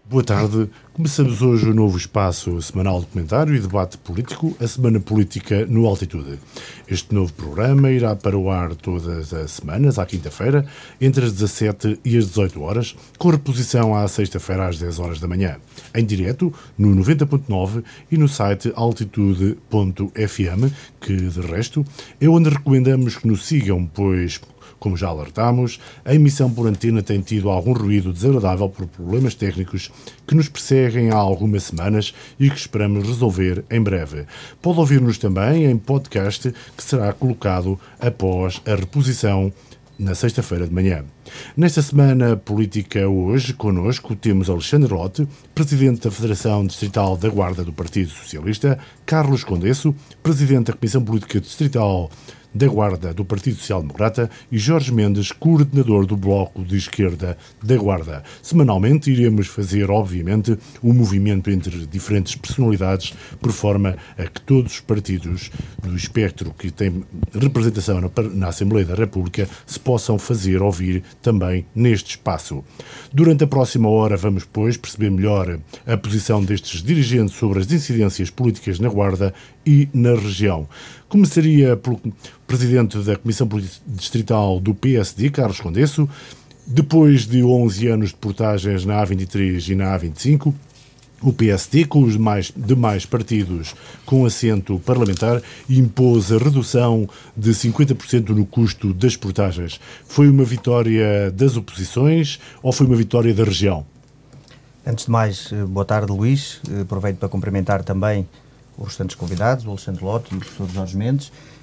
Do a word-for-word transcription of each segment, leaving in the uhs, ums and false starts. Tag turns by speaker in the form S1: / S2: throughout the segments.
S1: Boa tarde. Começamos hoje o novo espaço semanal de comentário e debate político, a Semana Política no Altitude. Este novo programa irá para o ar todas as semanas, à quinta-feira, entre as dezassete e as dezoito horas, com reposição à sexta-feira às dez horas da manhã, em direto no noventa ponto nove e no site altitude ponto f m, que, de resto, é onde recomendamos que nos sigam, pois, como já alertámos, a emissão por antena tem tido algum ruído desagradável por problemas técnicos que nos perseguem há algumas semanas e que esperamos resolver em breve. Pode ouvir-nos também em podcast, que será colocado após a reposição na sexta-feira de manhã. Nesta semana política hoje, connosco, temos Alexandre Lote, Presidente da Federação Distrital da Guarda do Partido Socialista, Carlos Condesso, Presidente da Comissão Política Distrital da Guarda do Partido Social Democrata, e Jorge Mendes, coordenador do Bloco de Esquerda da Guarda. Semanalmente iremos fazer, obviamente, um movimento entre diferentes personalidades, por forma a que todos os partidos do espectro que têm representação na, na Assembleia da República se possam fazer ouvir também neste espaço. Durante a próxima hora vamos, pois, perceber melhor a posição destes dirigentes sobre as incidências políticas na Guarda e na região. Começaria pelo Presidente da Comissão Política Distrital do P S D, Carlos Condesso. Depois de onze anos de portagens na A vinte e três e na A vinte e cinco, o P S D, com os mais, demais partidos com assento parlamentar, impôs a redução de cinquenta por cento no custo das portagens. Foi uma vitória das oposições ou foi uma vitória da região?
S2: Antes de mais, boa tarde, Luís. Aproveito para cumprimentar também os restantes convidados, o Alexandre Lote e o professor Jorge Mendes.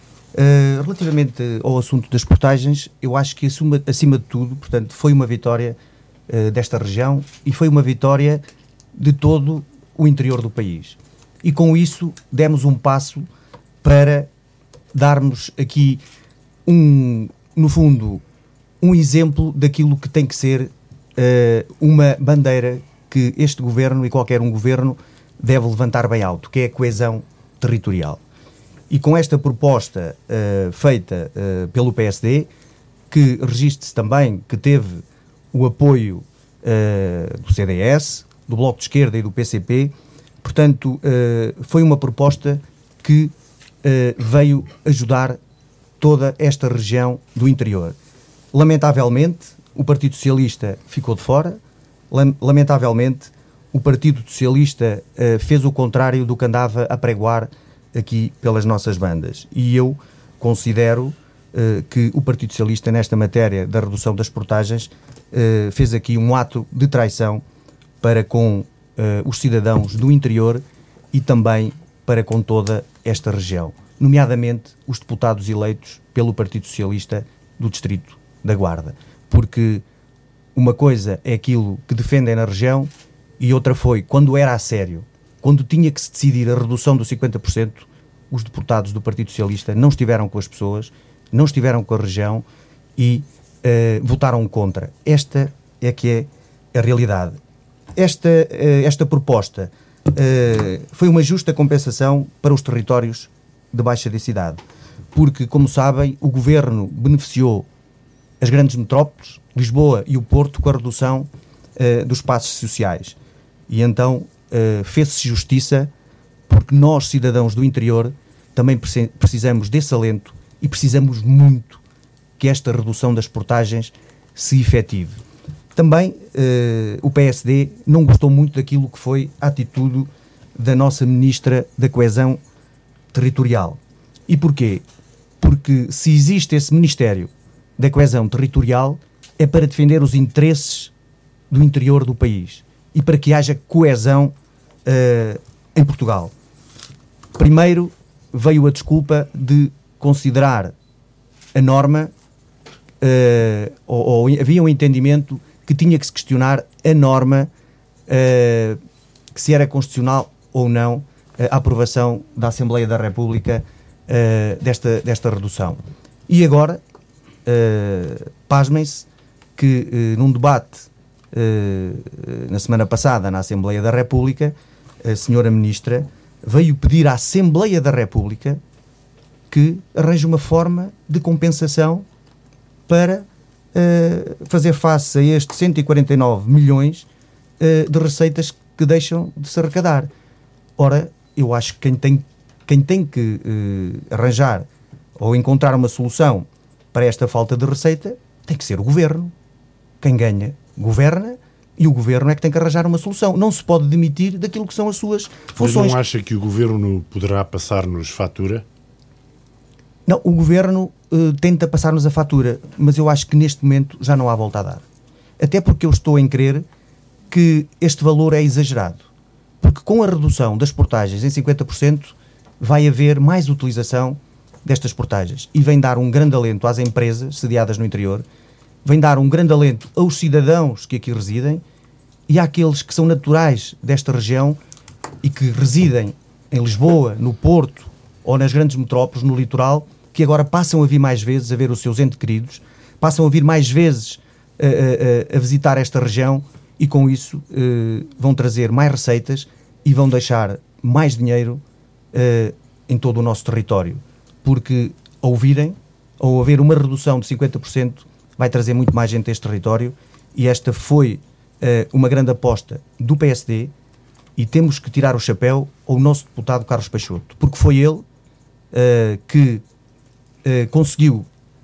S2: Uh, relativamente ao assunto das portagens, eu acho que acima, acima de tudo, portanto, foi uma vitória uh, desta região e foi uma vitória de todo o interior do país. E com isso demos um passo para darmos aqui, um, no fundo, um exemplo daquilo que tem que ser uh, uma bandeira que este governo e qualquer um governo deve levantar bem alto, que é a coesão territorial. E com esta proposta uh, feita uh, pelo P S D, que registre-se também que teve o apoio uh, do C D S, do Bloco de Esquerda e do P C P, portanto, uh, foi uma proposta que uh, veio ajudar toda esta região do interior. Lamentavelmente, o Partido Socialista ficou de fora, lamentavelmente, o Partido Socialista uh, fez o contrário do que andava a pregoar aqui pelas nossas bandas. E eu considero uh, que o Partido Socialista, nesta matéria da redução das portagens, uh, fez aqui um ato de traição para com uh, os cidadãos do interior e também para com toda esta região, nomeadamente os deputados eleitos pelo Partido Socialista do Distrito da Guarda. Porque uma coisa é aquilo que defendem na região e outra foi, quando era a sério, quando tinha que se decidir a redução dos cinquenta por cento, os deputados do Partido Socialista não estiveram com as pessoas, não estiveram com a região e uh, votaram contra. Esta é que é a realidade. Esta, uh, esta proposta uh, foi uma justa compensação para os territórios de baixa densidade, porque, como sabem, o Governo beneficiou as grandes metrópoles, Lisboa e o Porto, com a redução uh, dos espaços sociais. E então uh, fez-se justiça, porque nós, cidadãos do interior, também precisamos desse alento e precisamos muito que esta redução das portagens se efetive. Também uh, o P S D não gostou muito daquilo que foi a atitude da nossa Ministra da Coesão Territorial. E porquê? Porque se existe esse Ministério da Coesão Territorial é para defender os interesses do interior do país e para que haja coesão uh, em Portugal. Primeiro veio a desculpa de considerar a norma, uh, ou, ou havia um entendimento que tinha que se questionar a norma, uh, que se era constitucional ou não a aprovação da Assembleia da República uh, desta, desta redução. E agora, uh, pasmem-se, que uh, num debate uh, na semana passada na Assembleia da República, a senhora Ministra veio pedir à Assembleia da República que arranje uma forma de compensação para uh, fazer face a estes cento e quarenta e nove milhões uh, de receitas que deixam de se arrecadar. Ora, eu acho que quem tem, quem tem que uh, arranjar ou encontrar uma solução para esta falta de receita tem que ser o Governo. Quem ganha, governa, e o Governo é que tem que arranjar uma solução. Não se pode demitir daquilo que são as suas funções.
S1: Mas não acha que o Governo poderá passar-nos fatura?
S2: Não, o Governo uh, tenta passar-nos a fatura, mas eu acho que neste momento já não há volta a dar. Até porque eu estou em crer que este valor é exagerado. Porque com a redução das portagens em cinquenta por cento vai haver mais utilização destas portagens e vem dar um grande alento às empresas sediadas no interior, vem dar um grande alento aos cidadãos que aqui residem e àqueles que são naturais desta região e que residem em Lisboa, no Porto ou nas grandes metrópoles, no litoral, que agora passam a vir mais vezes a ver os seus entes queridos, passam a vir mais vezes a, a, a visitar esta região e com isso uh, vão trazer mais receitas e vão deixar mais dinheiro uh, em todo o nosso território. Porque ao virem, ao haver uma redução de cinquenta por cento, vai trazer muito mais gente a este território e esta foi uh, uma grande aposta do P S D e temos que tirar o chapéu ao nosso deputado Carlos Peixoto, porque foi ele uh, que uh, conseguiu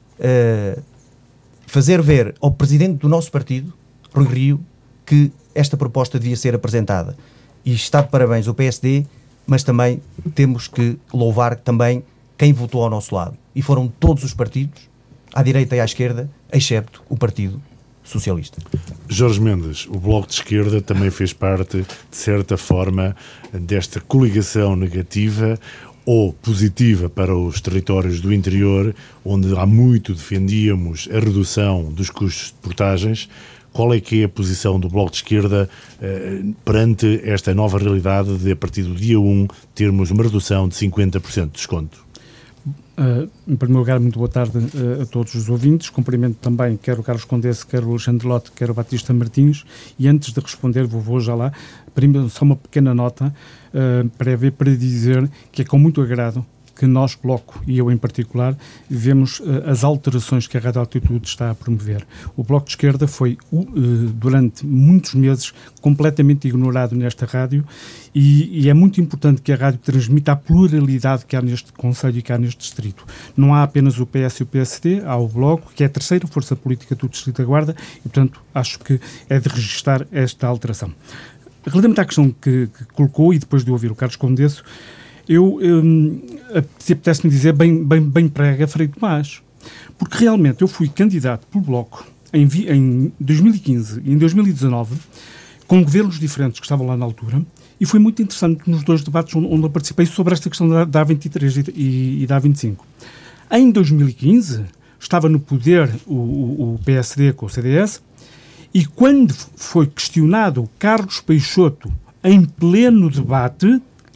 S2: uh, fazer ver ao presidente do nosso partido, Rui Rio, que esta proposta devia ser apresentada. E está de parabéns o P S D, mas também temos que louvar também quem votou ao nosso lado. E foram todos os partidos, à direita e à esquerda, excepto o Partido Socialista.
S1: Jorge Mendes, o Bloco de Esquerda também fez parte, de certa forma, desta coligação negativa ou positiva para os territórios do interior, onde há muito defendíamos a redução dos custos de portagens. Qual é que é a posição do Bloco de Esquerda eh, perante esta nova realidade de, a partir do dia um, termos uma redução de cinquenta por cento de desconto?
S3: Uh, em primeiro lugar, muito boa tarde uh, a todos os ouvintes. Cumprimento também quer o Carlos Condesse, quer o Alexandre Lote, quer o Batista Martins. E antes de responder, vou, vou já lá, primeiro só uma pequena nota uh, prévia para dizer que é com muito agrado que nós, Bloco, e eu em particular, vemos uh, as alterações que a Rádio Altitude está a promover. O Bloco de Esquerda foi, uh, durante muitos meses, completamente ignorado nesta rádio e, e é muito importante que a rádio transmita a pluralidade que há neste concelho e que há neste distrito. Não há apenas o P S e o P S D, há o Bloco, que é a terceira força política do Distrito da Guarda e, portanto, acho que é de registar esta alteração. Relativamente à questão que, que colocou, e depois de ouvir o Carlos Condesso, eu um, apetece-me dizer bem, bem, bem prega Frei Tomás, porque realmente eu fui candidato pelo Bloco em, em dois mil e quinze e em dois mil e dezanove, com governos diferentes que estavam lá na altura, e foi muito interessante nos dois debates onde, onde eu participei sobre esta questão da, da A vinte e três e, e, e da A vinte e cinco. Em dois mil e quinze estava no poder o, o, o P S D com o C D S, e quando foi questionado o Carlos Peixoto em pleno debate,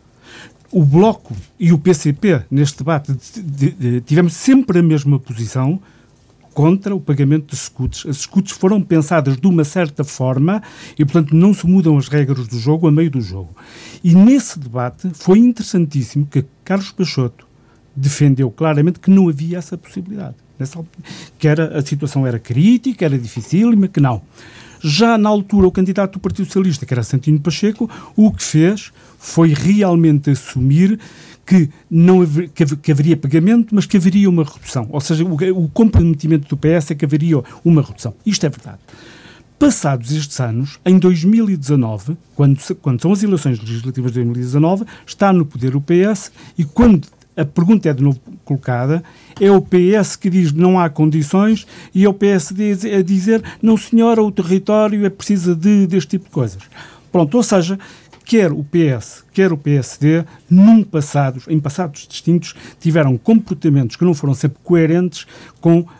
S3: o Bloco e o P C P, neste debate, de, de, de, tivemos sempre a mesma posição contra o pagamento de scuts. As scuts foram pensadas de uma certa forma e, portanto, não se mudam as regras do jogo a meio do jogo. E nesse debate foi interessantíssimo que Carlos Peixoto defendeu claramente que não havia essa possibilidade. Nessa, que era, a situação era crítica, era dificílima, que não. Já na altura, o candidato do Partido Socialista, que era Santino Pacheco, o que fez foi realmente assumir que, não haver, que haveria pagamento, mas que haveria uma redução. Ou seja, o, o comprometimento do P S é que haveria uma redução. Isto é verdade. Passados estes anos, em dois mil e dezanove, quando, quando são as eleições legislativas de dois mil e dezanove, está no poder o P S e quando a pergunta é de novo colocada, é o P S que diz não há condições e é o P S D a dizer não senhora, o território é precisa de, deste tipo de coisas. Pronto, ou seja, quer o P S, quer o P S D, num passados, em passados distintos, tiveram comportamentos que não foram sempre coerentes com, uh,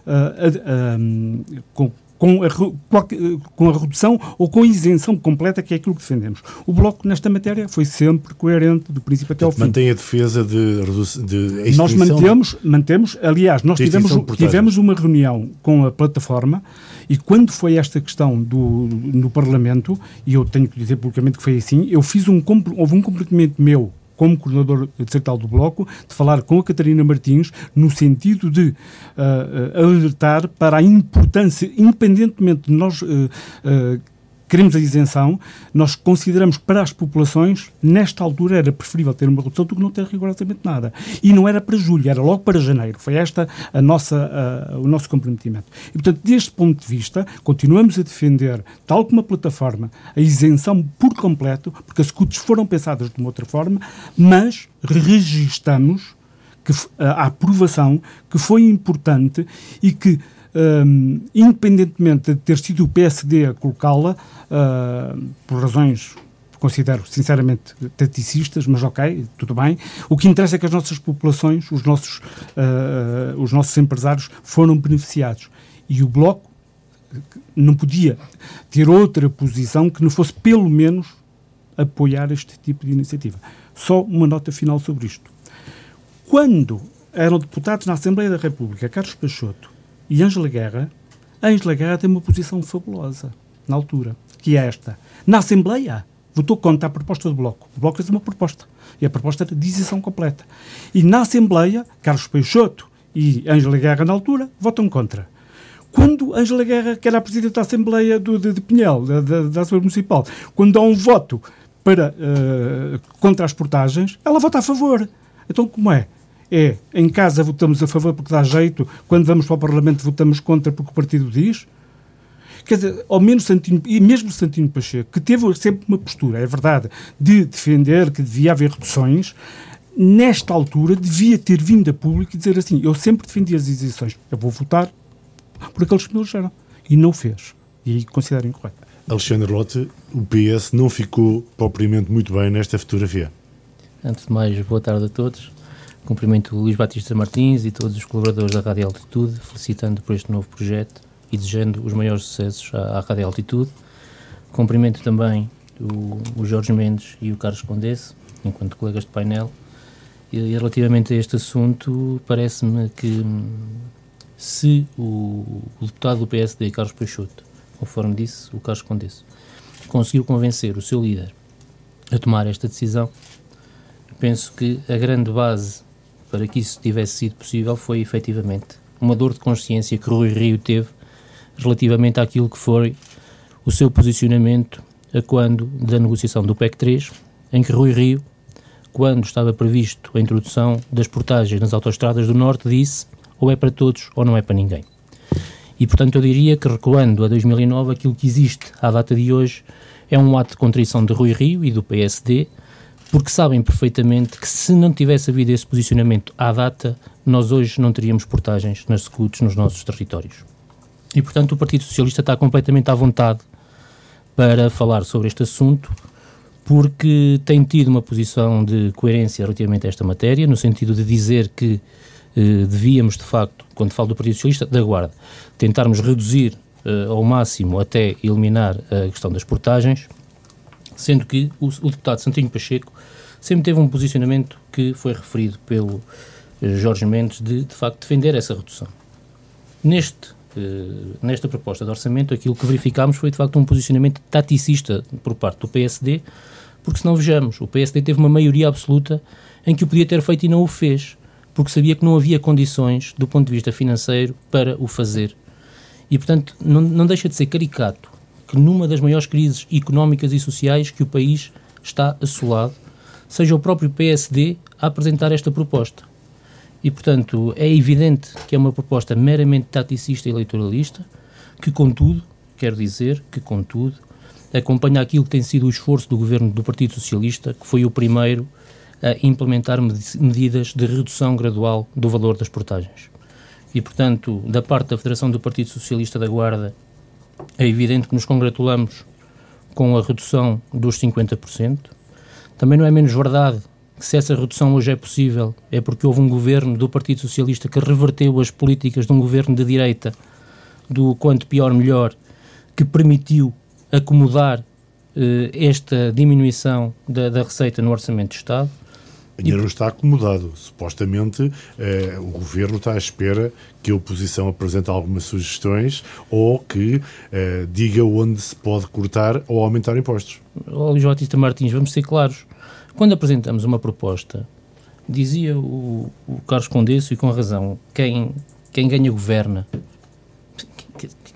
S3: uh, uh, com Com a, com a redução ou com a isenção completa, que é aquilo que defendemos. O Bloco, nesta matéria, foi sempre coerente, do princípio até ao fim.
S1: Mantém a defesa de, de
S3: Nós mantemos, mantemos, aliás, nós tivemos, tivemos uma reunião com a plataforma e quando foi esta questão do, no Parlamento, e eu tenho que dizer publicamente que foi assim, eu fiz um, houve um comprometimento meu como coordenador distrital do Bloco, de falar com a Catarina Martins no sentido de uh, alertar para a importância, independentemente de nós uh, uh, queremos a isenção, nós consideramos que para as populações, nesta altura, era preferível ter uma redução do que não ter rigorosamente nada. E não era para julho, era logo para janeiro. Foi esta a nossa, a, o nosso comprometimento. E, portanto, deste ponto de vista, continuamos a defender, tal como a plataforma, a isenção por completo, porque as scutas foram pensadas de uma outra forma, mas registamos que, a, a aprovação que foi importante e que, Um, independentemente de ter sido o P S D a colocá-la, uh, por razões, considero sinceramente taticistas, mas ok, tudo bem, o que interessa é que as nossas populações, os nossos, uh, os nossos empresários foram beneficiados. E o Bloco não podia ter outra posição que não fosse pelo menos apoiar este tipo de iniciativa. Só uma nota final sobre isto. Quando eram deputados na Assembleia da República, Carlos Peixoto e Ângela Guerra, a Ângela Guerra tem uma posição fabulosa, na altura, que é esta. Na Assembleia, votou contra a proposta do Bloco. O Bloco fez uma proposta, e a proposta era de isenção completa. E na Assembleia, Carlos Peixoto e Ângela Guerra, na altura, votam contra. Quando Ângela Guerra, que era a Presidente da Assembleia do, de, de Pinhel, da, da, da Assembleia Municipal, quando há um voto para, uh, contra as portagens, ela vota a favor. Então, como é? É, em casa votamos a favor porque dá jeito, quando vamos para o Parlamento votamos contra porque o partido diz? Quer dizer, ao menos Santino, e mesmo Santino Pacheco, que teve sempre uma postura, é verdade, de defender que devia haver reduções, nesta altura devia ter vindo a público e dizer assim, eu sempre defendi as isenções, eu vou votar por aqueles que me elegeram. E não o fez. E aí considero incorreto.
S1: Alexandre Lote, o P S não ficou propriamente muito bem nesta fotografia.
S4: Antes de mais, boa tarde a todos. Cumprimento o Luís Batista Martins e todos os colaboradores da Rádio Altitude, felicitando por este novo projeto e desejando os maiores sucessos à, à Rádio Altitude. Cumprimento também o, o Jorge Mendes e o Carlos Condesse, enquanto colegas de painel. E, e relativamente a este assunto, parece-me que se o, o deputado do P S D, Carlos Peixoto, conforme disse o Carlos Condesse, conseguiu convencer o seu líder a tomar esta decisão, penso que a grande base para que isso tivesse sido possível foi, efetivamente, uma dor de consciência que Rui Rio teve relativamente àquilo que foi o seu posicionamento a quando da negociação do P E C três, em que Rui Rio, quando estava previsto a introdução das portagens nas autoestradas do Norte, disse ou é para todos ou não é para ninguém. E, portanto, eu diria que, recuando a dois mil e nove, aquilo que existe à data de hoje é um ato de contrição de Rui Rio e do P S D, porque sabem perfeitamente que se não tivesse havido esse posicionamento à data, nós hoje não teríamos portagens nas scutas nos nossos territórios. E, portanto, o Partido Socialista está completamente à vontade para falar sobre este assunto, porque tem tido uma posição de coerência relativamente a esta matéria, no sentido de dizer que eh, devíamos, de facto, quando falo do Partido Socialista, da Guarda, tentarmos reduzir eh, ao máximo até eliminar a questão das portagens, sendo que o, o deputado Santino Pacheco sempre teve um posicionamento que foi referido pelo eh, Jorge Mendes de, de facto, defender essa redução. Neste, eh, nesta proposta de orçamento, aquilo que verificámos foi, de facto, um posicionamento taticista por parte do P S D, porque, se não vejamos, o P S D teve uma maioria absoluta em que o podia ter feito e não o fez, porque sabia que não havia condições, do ponto de vista financeiro, para o fazer. E, portanto, não, não deixa de ser caricato que numa das maiores crises económicas e sociais que o país está assolado, seja o próprio P S D a apresentar esta proposta. E, portanto, é evidente que é uma proposta meramente taticista e eleitoralista, que, contudo, quero dizer que, contudo, acompanha aquilo que tem sido o esforço do governo do Partido Socialista, que foi o primeiro a implementar medidas de redução gradual do valor das portagens. E, portanto, da parte da Federação do Partido Socialista da Guarda, é evidente que nos congratulamos com a redução dos cinquenta por cento. Também não é menos verdade que, se essa redução hoje é possível, é porque houve um governo do Partido Socialista que reverteu as políticas de um governo de direita, do quanto pior melhor, que permitiu acomodar eh, esta diminuição da, da receita no Orçamento de Estado.
S1: O dinheiro está acomodado. Supostamente, eh, o Governo está à espera que a oposição apresente algumas sugestões ou que eh, diga onde se pode cortar ou aumentar impostos.
S4: Oh, Luís Batista Martins, vamos ser claros. Quando apresentamos uma proposta, dizia o, o Carlos Condesse, e com razão, quem, quem ganha governa.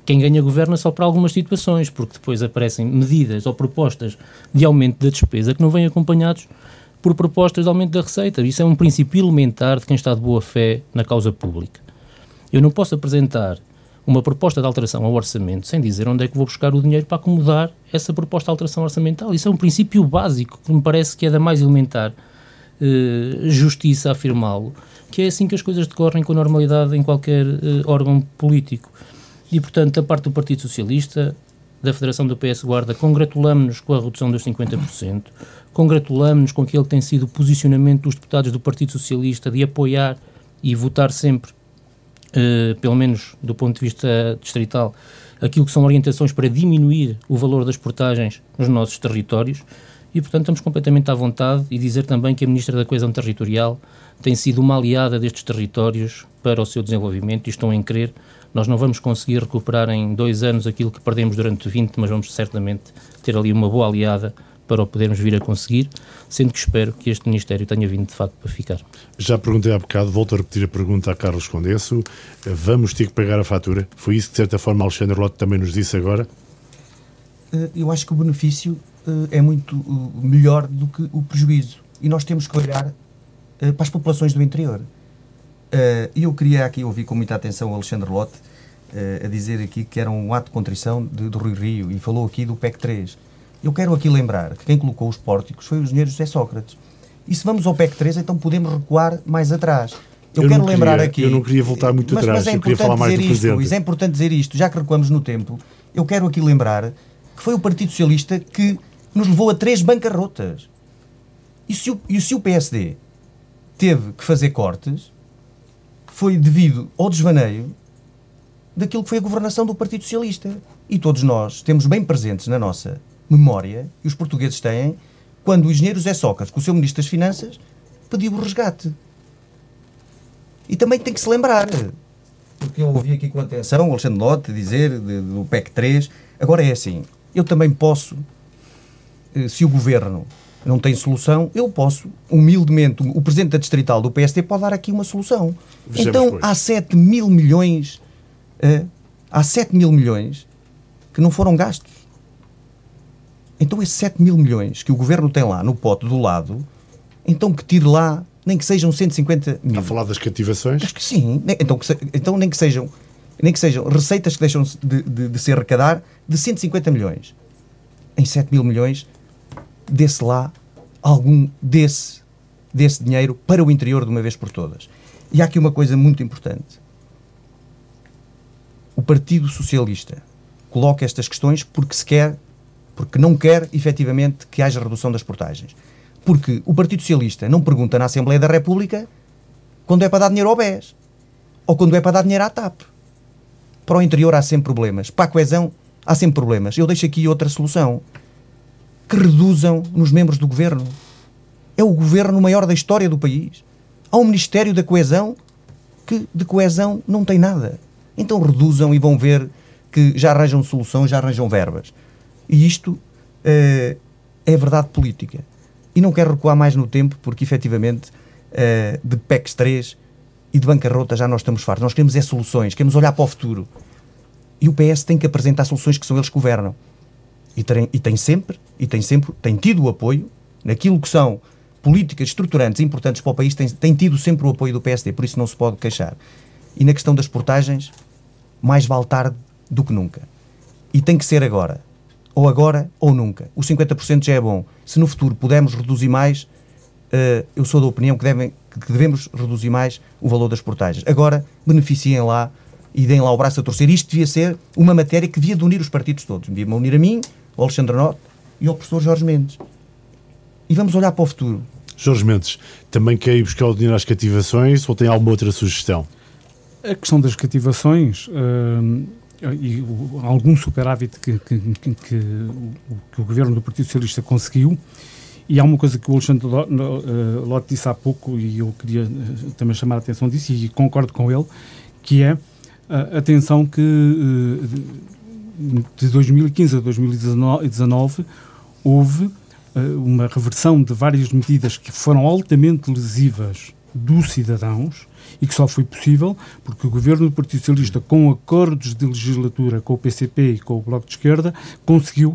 S4: quem ganha governa só para algumas situações, porque depois aparecem medidas ou propostas de aumento da despesa que não vêm acompanhados por propostas de aumento da receita. Isso é um princípio elementar de quem está de boa fé na causa pública. Eu não posso apresentar uma proposta de alteração ao orçamento sem dizer onde é que vou buscar o dinheiro para acomodar essa proposta de alteração orçamental. Isso é um princípio básico que me parece que é da mais elementar eh, justiça afirmá-lo, que é assim que as coisas decorrem com normalidade em qualquer eh, órgão político. E, portanto, da parte do Partido Socialista, da Federação do P S Guarda, congratulamos-nos com a redução dos cinquenta por cento, congratulamos-nos com aquele que tem sido o posicionamento dos deputados do Partido Socialista de apoiar e votar sempre, Uh, pelo menos do ponto de vista distrital, aquilo que são orientações para diminuir o valor das portagens nos nossos territórios e, portanto, estamos completamente à vontade e dizer também que a Ministra da Coesão Territorial tem sido uma aliada destes territórios para o seu desenvolvimento e estão em crer. Nós não vamos conseguir recuperar em dois anos aquilo que perdemos durante vinte, mas vamos certamente ter ali uma boa aliada para o podermos vir a conseguir, sendo que espero que este Ministério tenha vindo de facto para ficar.
S1: Já perguntei há bocado, volto a repetir a pergunta a Carlos Condesso, vamos ter que pagar a fatura? Foi isso que de certa forma Alexandre Lote também nos disse agora?
S2: Eu acho que o benefício é muito melhor do que o prejuízo e nós temos que olhar para as populações do interior. E eu queria aqui ouvir com muita atenção o Alexandre Lote a dizer aqui que era um ato de contrição de, do Rui Rio e falou aqui do P E C três. Eu quero aqui lembrar que quem colocou os pórticos foi o engenheiro José Sócrates. E se vamos ao P E C três, então podemos recuar mais atrás. Eu, eu quero lembrar
S1: queria,
S2: aqui...
S1: Eu não queria voltar muito
S2: mas,
S1: atrás,
S2: mas é
S1: eu queria falar mais do
S2: isto,
S1: Presidente.
S2: Luís, é importante dizer isto, já que recuamos no tempo, eu quero aqui lembrar que foi o Partido Socialista que nos levou a três bancarrotas. E se o, e se o P S D teve que fazer cortes, foi devido ao desvaneio daquilo que foi a governação do Partido Socialista. E todos nós temos bem presentes na nossa memória, e os portugueses têm, quando o engenheiro José Sócrates, com o seu Ministro das Finanças, pediu o resgate. E também tem que se lembrar, porque eu ouvi aqui com atenção o Alexandre Lote dizer de, do P E C três, agora é assim, eu também posso, se o Governo não tem solução, eu posso, humildemente, o Presidente da Distrital do P S D pode dar aqui uma solução. Vejamos, então, pois. há sete mil milhões, uh, há sete mil milhões que não foram gastos. Então esses sete mil milhões que o Governo tem lá no pote do lado, então que tire lá, nem que sejam cento e cinquenta mil.
S1: Está a falar das cativações?
S2: Acho que sim. Então, que se, então nem, que sejam, nem que sejam receitas que deixam de, de, de se arrecadar de cento e cinquenta milhões. Em sete mil milhões, desse lá algum desse, desse dinheiro para o interior de uma vez por todas. E há aqui uma coisa muito importante. O Partido Socialista coloca estas questões porque se quer... porque não quer, efetivamente, que haja redução das portagens. Porque o Partido Socialista não pergunta na Assembleia da República quando é para dar dinheiro ao B E S ou quando é para dar dinheiro à T A P. Para o interior há sempre problemas. Para a coesão há sempre problemas. Eu deixo aqui outra solução. Que reduzam nos membros do Governo. É o Governo maior da história do país. Há um Ministério da Coesão que de coesão não tem nada. Então reduzam e vão ver que já arranjam solução, já arranjam verbas. E isto uh, é verdade política. E não quero recuar mais no tempo, porque, efetivamente, uh, de P E C três e de bancarrota já nós estamos fartos. Nós queremos é soluções, queremos olhar para o futuro. E o P S tem que apresentar soluções que são eles que governam. E tem, e tem sempre, e tem sempre, tem tido o apoio, naquilo que são políticas estruturantes importantes para o país, tem, tem tido sempre o apoio do P S D, por isso não se pode queixar. E na questão das portagens, mais vale tarde do que nunca. E tem que ser agora. Ou agora ou nunca. Os cinquenta por cento já é bom. Se no futuro pudermos reduzir mais, uh, eu sou da opinião que, devem, que devemos reduzir mais o valor das portagens. Agora, beneficiem lá e deem lá o braço a torcer. Isto devia ser uma matéria que devia de unir os partidos todos. Devia-me unir a mim, ao Alexandre Lote e ao professor Jorge Mendes. E vamos olhar para o futuro.
S1: Jorge Mendes, também quer ir buscar o dinheiro às cativações ou tem alguma outra sugestão?
S3: A questão das cativações... Uh... e o, algum superávit que, que, que, que, o, que o Governo do Partido Socialista conseguiu, e há uma coisa que o Alexandre Lote disse há pouco e eu queria uh, também chamar a atenção disso e concordo com ele, que é a atenção que uh, de dois mil e quinze a dois mil e dezanove houve uh, uma reversão de várias medidas que foram altamente lesivas dos cidadãos e que só foi possível porque o governo do Partido Socialista, com acordos de legislatura com o P C P e com o Bloco de Esquerda, conseguiu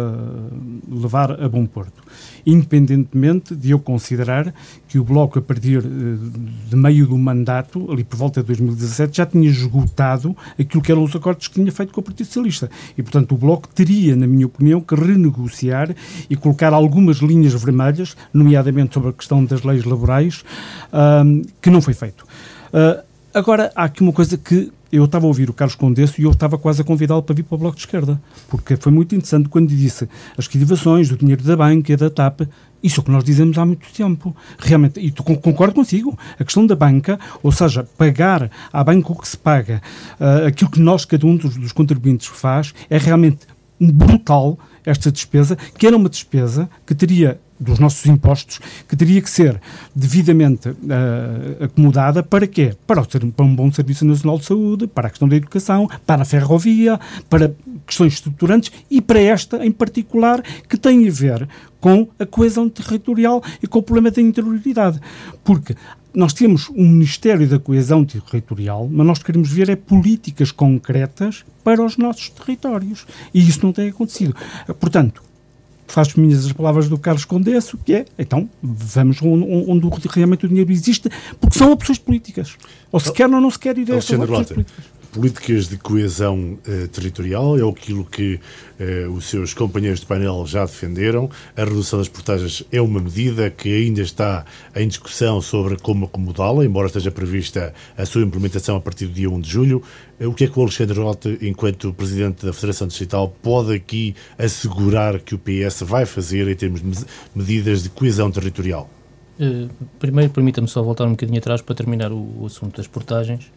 S3: uh, levar a bom porto. Independentemente de eu considerar que o Bloco, a partir uh, de meio do mandato, ali por volta de dois mil e dezassete, já tinha esgotado aquilo que eram os acordos que tinha feito com o Partido Socialista. E, portanto, o Bloco teria, na minha opinião, que renegociar e colocar algumas linhas vermelhas, nomeadamente sobre a questão das leis laborais, uh, que não foi feito. Uh, agora, há aqui uma coisa que eu estava a ouvir o Carlos Condesso e eu estava quase a convidá-lo para vir para o Bloco de Esquerda, porque foi muito interessante quando disse as cativações, do dinheiro da banca e da T A P, isso é o que nós dizemos há muito tempo. Realmente, e tu, concordo consigo, a questão da banca, ou seja, pagar à banca o que se paga, uh, aquilo que nós, cada um dos, dos contribuintes faz, é realmente brutal esta despesa, que era uma despesa que teria, dos nossos impostos, que teria que ser devidamente uh, acomodada para quê? Para, o, para um bom Serviço Nacional de Saúde, para a questão da educação, para a ferrovia, para questões estruturantes e para esta em particular, que tem a ver com a coesão territorial e com o problema da interioridade. Porque nós temos um Ministério da Coesão Territorial, mas nós queremos ver é políticas concretas para os nossos territórios. E isso não tem acontecido. Portanto, faço minhas as palavras do Carlos Condesso, que é, então, vamos onde, onde realmente o dinheiro existe, porque são opções políticas. Ou se quer ou não se quer ir a essas opções políticas.
S1: Políticas de coesão eh, territorial é aquilo que eh, os seus companheiros de painel já defenderam. A redução das portagens é uma medida que ainda está em discussão sobre como acomodá-la, embora esteja prevista a sua implementação a partir do dia primeiro de julho. O que é que o Alexandre Rota, enquanto Presidente da Federação Distrital, pode aqui assegurar que o P S vai fazer em termos de medidas de coesão territorial?
S4: Uh, primeiro, permita-me só voltar um bocadinho atrás para terminar o, o assunto das portagens.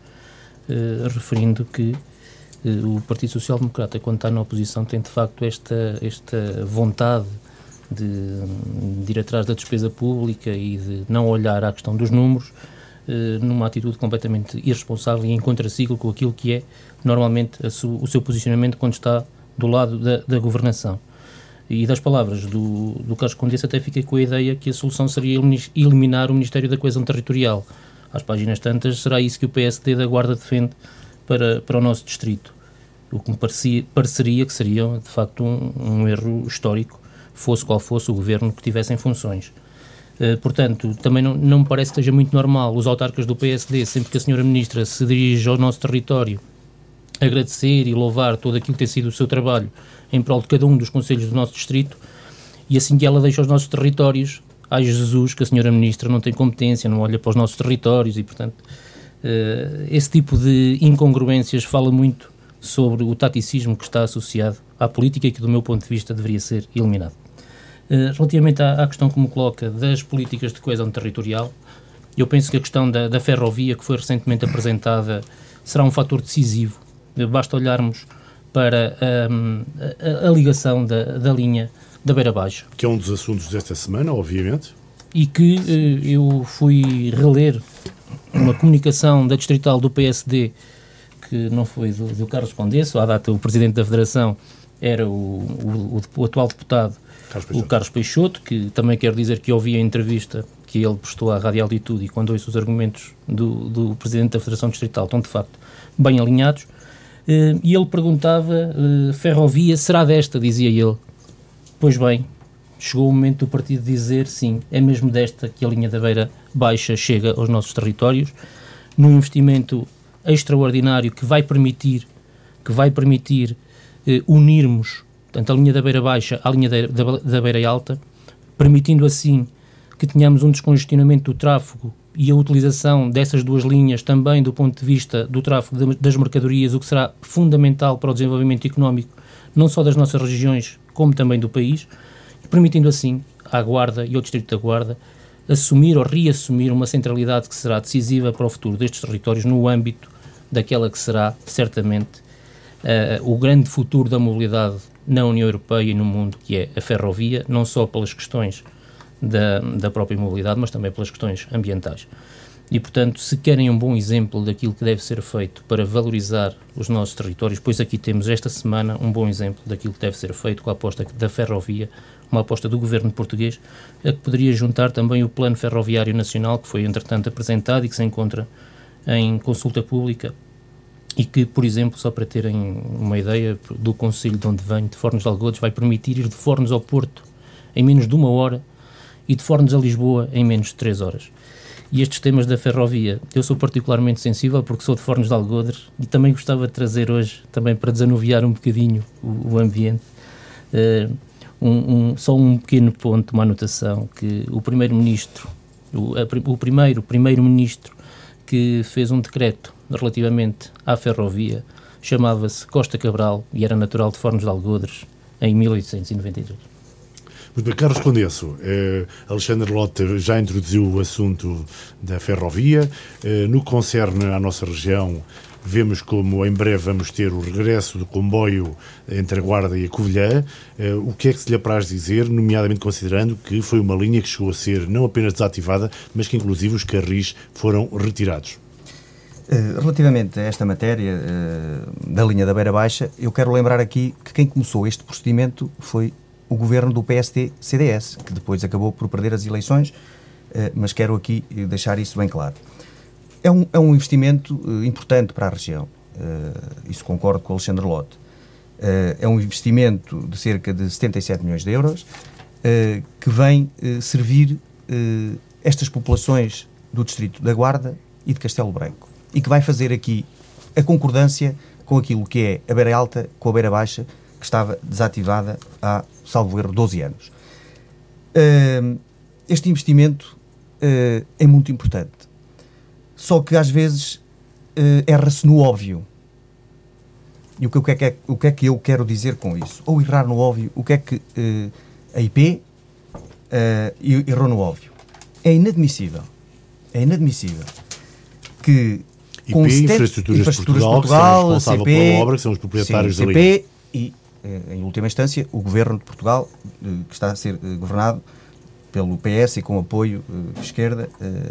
S4: Uh, referindo que uh, o Partido Social Democrata, quando está na oposição, tem de facto esta, esta vontade de, de ir atrás da despesa pública e de não olhar à questão dos números, uh, numa atitude completamente irresponsável e em contraciclo com aquilo que é normalmente a su, o seu posicionamento quando está do lado da, da governação. E das palavras do, do Carlos Condesso até fiquei com a ideia que a solução seria eliminar o Ministério da Coesão Territorial. Às páginas tantas, será isso que o P S D da Guarda defende para, para o nosso distrito. O que me parecia, pareceria que seria, de facto, um, um erro histórico, fosse qual fosse o governo que tivesse em funções. Uh, portanto, também não, não me parece que seja muito normal os autarcas do P S D, sempre que a senhora Ministra se dirige ao nosso território, agradecer e louvar todo aquilo que tem sido o seu trabalho em prol de cada um dos concelhos do nosso distrito, e assim que ela deixa os nossos territórios, ai Jesus, que a senhora Ministra não tem competência, não olha para os nossos territórios e, portanto, uh, esse tipo de incongruências fala muito sobre o taticismo que está associado à política e que, do meu ponto de vista, deveria ser eliminado. Uh, relativamente à, à questão que me coloca das políticas de coesão territorial, eu penso que a questão da, da ferrovia, que foi recentemente apresentada, será um fator decisivo. Basta olharmos para um, a, a ligação da, da linha da Beira Baixa.
S1: Que é um dos assuntos desta semana, obviamente.
S4: E que uh, eu fui reler uma comunicação da distrital do P S D, que não foi do, do Carlos Condesso, à data o Presidente da Federação era o, o, o, o atual deputado, Carlos o Carlos Peixoto, que também quero dizer que ouvi a entrevista que ele prestou à Rádio Altitude e quando ouço os argumentos do, do Presidente da Federação Distrital estão, de facto, bem alinhados. Uh, e ele perguntava, uh, ferrovia será desta, dizia ele. Pois bem, chegou o momento do partido dizer sim, é mesmo desta que a linha da Beira Baixa chega aos nossos territórios, num investimento extraordinário que vai permitir, que vai permitir eh, unirmos tanto a linha da Beira Baixa à linha da, da, da Beira Alta, permitindo assim que tenhamos um descongestionamento do tráfego e a utilização dessas duas linhas também do ponto de vista do tráfego de, das mercadorias, o que será fundamental para o desenvolvimento económico, não só das nossas regiões, como também do país, permitindo assim à Guarda e ao Distrito da Guarda assumir ou reassumir uma centralidade que será decisiva para o futuro destes territórios no âmbito daquela que será, certamente, uh, o grande futuro da mobilidade na União Europeia e no mundo, que é a ferrovia, não só pelas questões da, da própria mobilidade, mas também pelas questões ambientais. E, portanto, se querem um bom exemplo daquilo que deve ser feito para valorizar os nossos territórios, pois aqui temos esta semana um bom exemplo daquilo que deve ser feito com a aposta da ferrovia uma aposta do governo português, a que poderia juntar também o Plano Ferroviário Nacional, que foi entretanto apresentado e que se encontra em consulta pública e que, por exemplo, só para terem uma ideia, do concelho de onde venho, de Fornos de Algodos, vai permitir ir de Fornos ao Porto em menos de uma hora e de Fornos a Lisboa em menos de três horas. E estes temas da ferrovia, eu sou particularmente sensível porque sou de Fornos de Algodres e também gostava de trazer hoje, também para desanuviar um bocadinho o, o ambiente, uh, um, um, só um pequeno ponto, uma anotação, que o primeiro-ministro, o, a, o primeiro primeiro-ministro que fez um decreto relativamente à ferrovia, chamava-se Costa Cabral e era natural de Fornos de Algodres em mil oitocentos e noventa e três.
S1: Muito bem, Carlos Condesso, eh, Alexandre Lota já introduziu o assunto da ferrovia. Eh, no que concerne à nossa região, vemos como em breve vamos ter o regresso do comboio entre a Guarda e a Covilhã. Eh, o que é que se lhe apraz dizer, nomeadamente considerando que foi uma linha que chegou a ser não apenas desativada, mas que inclusive os carris foram retirados?
S2: Relativamente a esta matéria uh, da linha da Beira Baixa, eu quero lembrar aqui que quem começou este procedimento foi o governo do P S D C D S, que depois acabou por perder as eleições, uh, mas quero aqui deixar isso bem claro. É um, é um investimento uh, importante para a região, uh, isso concordo com o Alexandre Lote. Uh, é um investimento de cerca de setenta e sete milhões de euros, uh, que vem uh, servir uh, estas populações do distrito da Guarda e de Castelo Branco, e que vai fazer aqui a concordância com aquilo que é a Beira Alta com a Beira Baixa, que estava desativada há, salvo erro, doze anos. Uh, este investimento uh, é muito importante. Só que, às vezes, uh, erra-se no óbvio. E o que, o, que é que é, o que é que eu quero dizer com isso? Ou errar no óbvio, o que é que uh, a I P uh, errou no óbvio? É inadmissível. É inadmissível que
S1: I P, Infraestruturas, Infraestruturas de Portugal, Portugal responsável C P, pela obra, que são os proprietários sim, da linha.
S2: C P e, em última instância, o Governo de Portugal, que está a ser governado pelo P S e com apoio de esquerda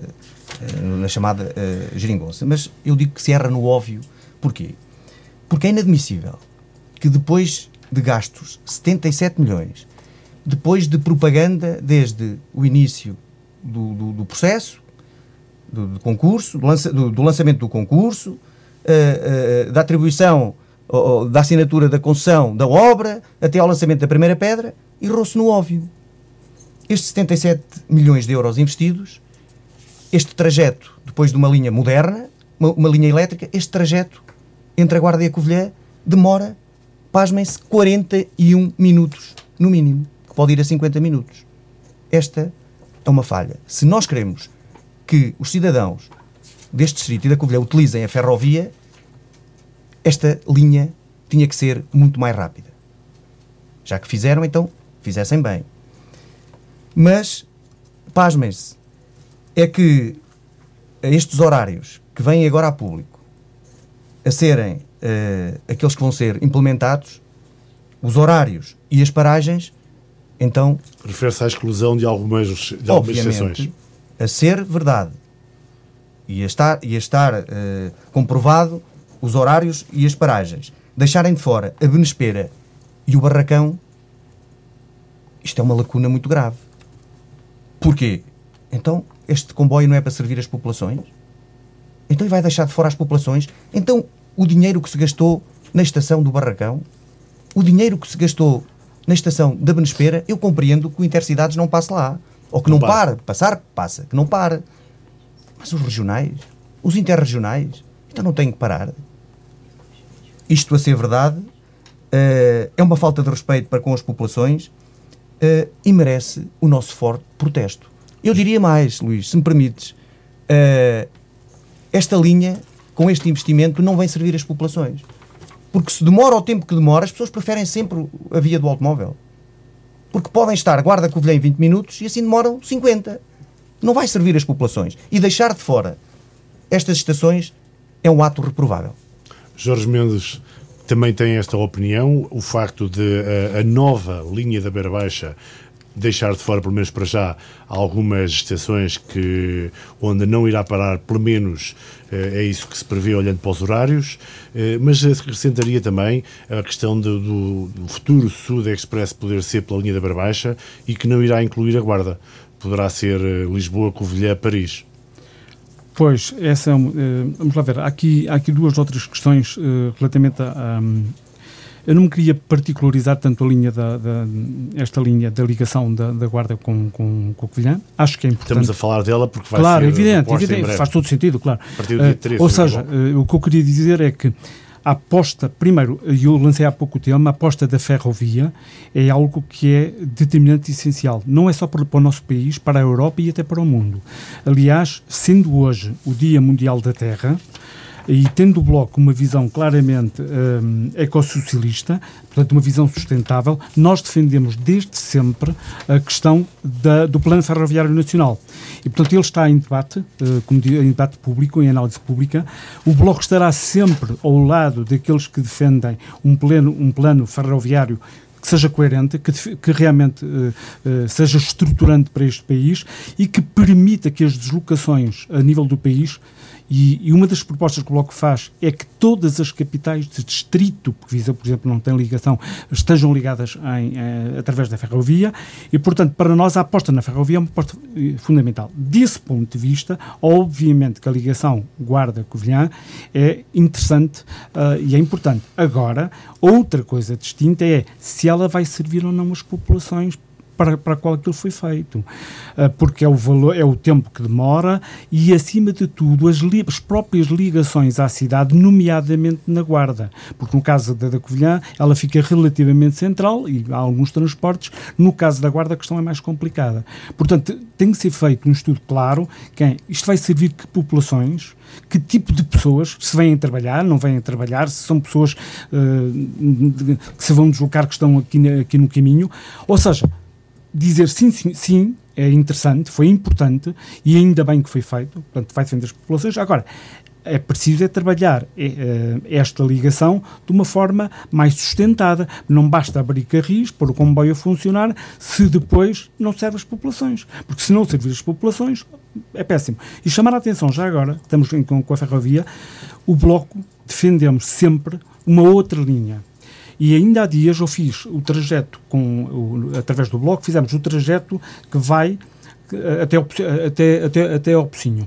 S2: na chamada geringonça. Mas eu digo que se erra no óbvio. Porquê? Porque é inadmissível que depois de gastos setenta e sete milhões, depois de propaganda desde o início do, do, do processo, Do, do concurso, do, lança, do, do lançamento do concurso, uh, uh, da atribuição, uh, da assinatura da concessão da obra, até ao lançamento da primeira pedra, errou-se no óbvio. Estes setenta e sete milhões de euros investidos, este trajeto, depois de uma linha moderna, uma, uma linha elétrica, este trajeto entre a Guarda e a Covilhã demora, pasmem-se, quarenta e um minutos, no mínimo, que pode ir a cinquenta minutos. Esta é uma falha. Se nós queremos que os cidadãos deste distrito e da Covilhã utilizem a ferrovia, esta linha tinha que ser muito mais rápida. Já que fizeram, então, fizessem bem. Mas, pasmem-se, é que a estes horários que vêm agora a público, a serem uh, aqueles que vão ser implementados, os horários e as paragens, então...
S1: Refere-se à exclusão de algumas, de algumas estações.
S2: A ser verdade e a estar, e a estar uh, comprovado os horários e as paragens, deixarem de fora a Benespera e o Barracão, isto é uma lacuna muito grave. Porquê? Então este comboio não é para servir as populações? Então ele vai deixar de fora as populações? Então o dinheiro que se gastou na estação do Barracão, o dinheiro que se gastou na estação da Benespera, eu compreendo que o Intercidades não passe lá. Ou que não, não pare, passar, passa, que não pare. Mas os regionais, os interregionais, então não têm que parar. Isto, a ser verdade, uh, é uma falta de respeito para com as populações uh, e merece o nosso forte protesto. Eu diria mais, Luís, se me permites, uh, esta linha, com este investimento, não vem servir as populações. Porque se demora o tempo que demora, as pessoas preferem sempre a via do automóvel. Porque podem estar Guarda Covilhã em vinte minutos e assim demoram cinquenta. Não vai servir as populações. E deixar de fora estas estações é um ato reprovável.
S1: Jorge Mendes também tem esta opinião. O facto de a, a nova linha da Beira Baixa deixar de fora, pelo menos para já, algumas estações que, onde não irá parar, pelo menos é isso que se prevê olhando para os horários, mas acrescentaria também a questão do, do, do futuro Sud Express poder ser pela linha da Beira Baixa e que não irá incluir a Guarda. Poderá ser Lisboa, Covilhã, Paris.
S3: Pois, essa é um, uh, vamos lá ver, há aqui, há aqui duas outras questões uh, relativamente a... Um, eu não me queria particularizar tanto a linha da, da, esta linha da ligação da, da Guarda com, com, com o Covilhã. Acho que é importante.
S1: Estamos a falar dela porque vai
S3: claro,
S1: ser...
S3: Evidente, evidente, faz todo sentido, claro.
S1: A partir do dia treze,
S3: uh, ou seja, uh, o que eu queria dizer é que a aposta, primeiro, eu lancei há pouco tempo, a aposta da ferrovia é algo que é determinante e essencial. Não é só para, para o nosso país, para a Europa e até para o mundo. Aliás, sendo hoje o Dia Mundial da Terra, e tendo o Bloco uma visão claramente um, ecossocialista, portanto uma visão sustentável, nós defendemos desde sempre a questão da, do Plano Ferroviário Nacional. E, portanto, ele está em debate, uh, como digo, em debate público, em análise pública. O Bloco estará sempre ao lado daqueles que defendem um plano, um plano ferroviário que seja coerente, que, que realmente uh, uh, seja estruturante para este país e que permita que as deslocações a nível do país. E, e uma das propostas que o Bloco faz é que todas as capitais de distrito, que Viseu, por exemplo, não tem ligação, estejam ligadas em, eh, através da ferrovia e, portanto, para nós a aposta na ferrovia é uma aposta eh, fundamental. Desse ponto de vista, obviamente que a ligação Guarda-Covilhã é interessante uh, e é importante. Agora, outra coisa distinta é se ela vai servir ou não as populações para, para a qual aquilo foi feito, uh, porque é o, valor, é o tempo que demora e, acima de tudo, as, li, as próprias ligações à cidade, nomeadamente na Guarda, porque no caso da, da Covilhã ela fica relativamente central e há alguns transportes, no caso da Guarda a questão é mais complicada. Portanto, tem que ser feito um estudo claro, que é, isto vai servir que populações, que tipo de pessoas, se vêm trabalhar, não vêm trabalhar, se são pessoas uh, que se vão deslocar, que estão aqui, aqui no caminho, ou seja, dizer sim, sim, sim, é interessante, foi importante e ainda bem que foi feito, portanto vai defender as populações. Agora, é preciso é trabalhar é, é, esta ligação de uma forma mais sustentada. Não basta abrir carris, pôr o comboio a funcionar, se depois não serve as populações. Porque se não servir as populações, é péssimo. E chamar a atenção, já agora, estamos com, com a ferrovia, o Bloco defendemos sempre uma outra linha. E ainda há dias eu fiz o trajeto, com, o, através do Bloco, fizemos o trajeto que vai até ao, até, até, até ao Pocinho.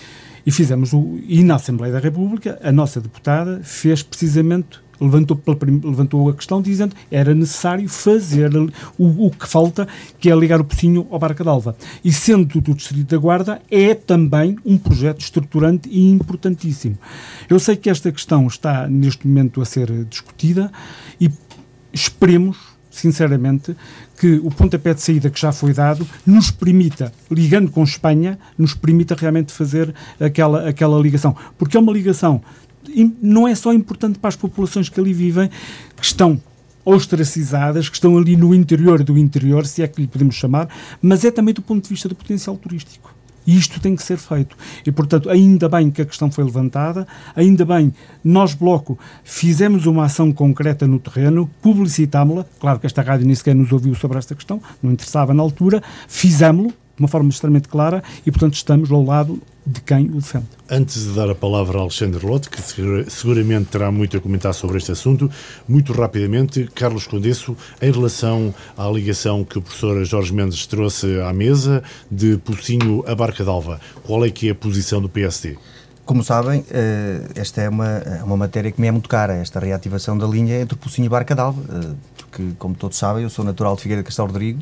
S3: E fizemos, o, e na Assembleia da República, a nossa deputada fez precisamente, levantou, levantou a questão dizendo que era necessário fazer o, o que falta, que é ligar o Pocinho ao Barca d'Alva. E sendo do Distrito da Guarda, é também um projeto estruturante e importantíssimo. Eu sei que esta questão está neste momento a ser discutida e esperemos, sinceramente, que o pontapé de saída que já foi dado nos permita, ligando com Espanha, nos permita realmente fazer aquela, aquela ligação. Porque é uma ligação, não é só importante para as populações que ali vivem, que estão ostracizadas, que estão ali no interior do interior, se é que lhe podemos chamar, mas é também do ponto de vista do potencial turístico. E isto tem que ser feito. E, portanto, ainda bem que a questão foi levantada, ainda bem, nós, Bloco, fizemos uma ação concreta no terreno, publicitámo-la, claro que esta rádio nem sequer nos ouviu sobre esta questão, não interessava na altura, fizemos-lo de uma forma extremamente clara e, portanto, estamos ao lado de quem o defende.
S1: Antes de dar a palavra a Alexandre Lote, que seguramente terá muito a comentar sobre este assunto, muito rapidamente, Carlos Condesso, em relação à ligação que o professor Jorge Mendes trouxe à mesa de Pocinho a Barca d'Alva, qual é que é a posição do P S D?
S2: Como sabem, esta é uma, uma matéria que me é muito cara, esta reativação da linha entre Pocinho e Barca d'Alva, porque, como todos sabem, eu sou natural de Figueira de Castelo Rodrigo,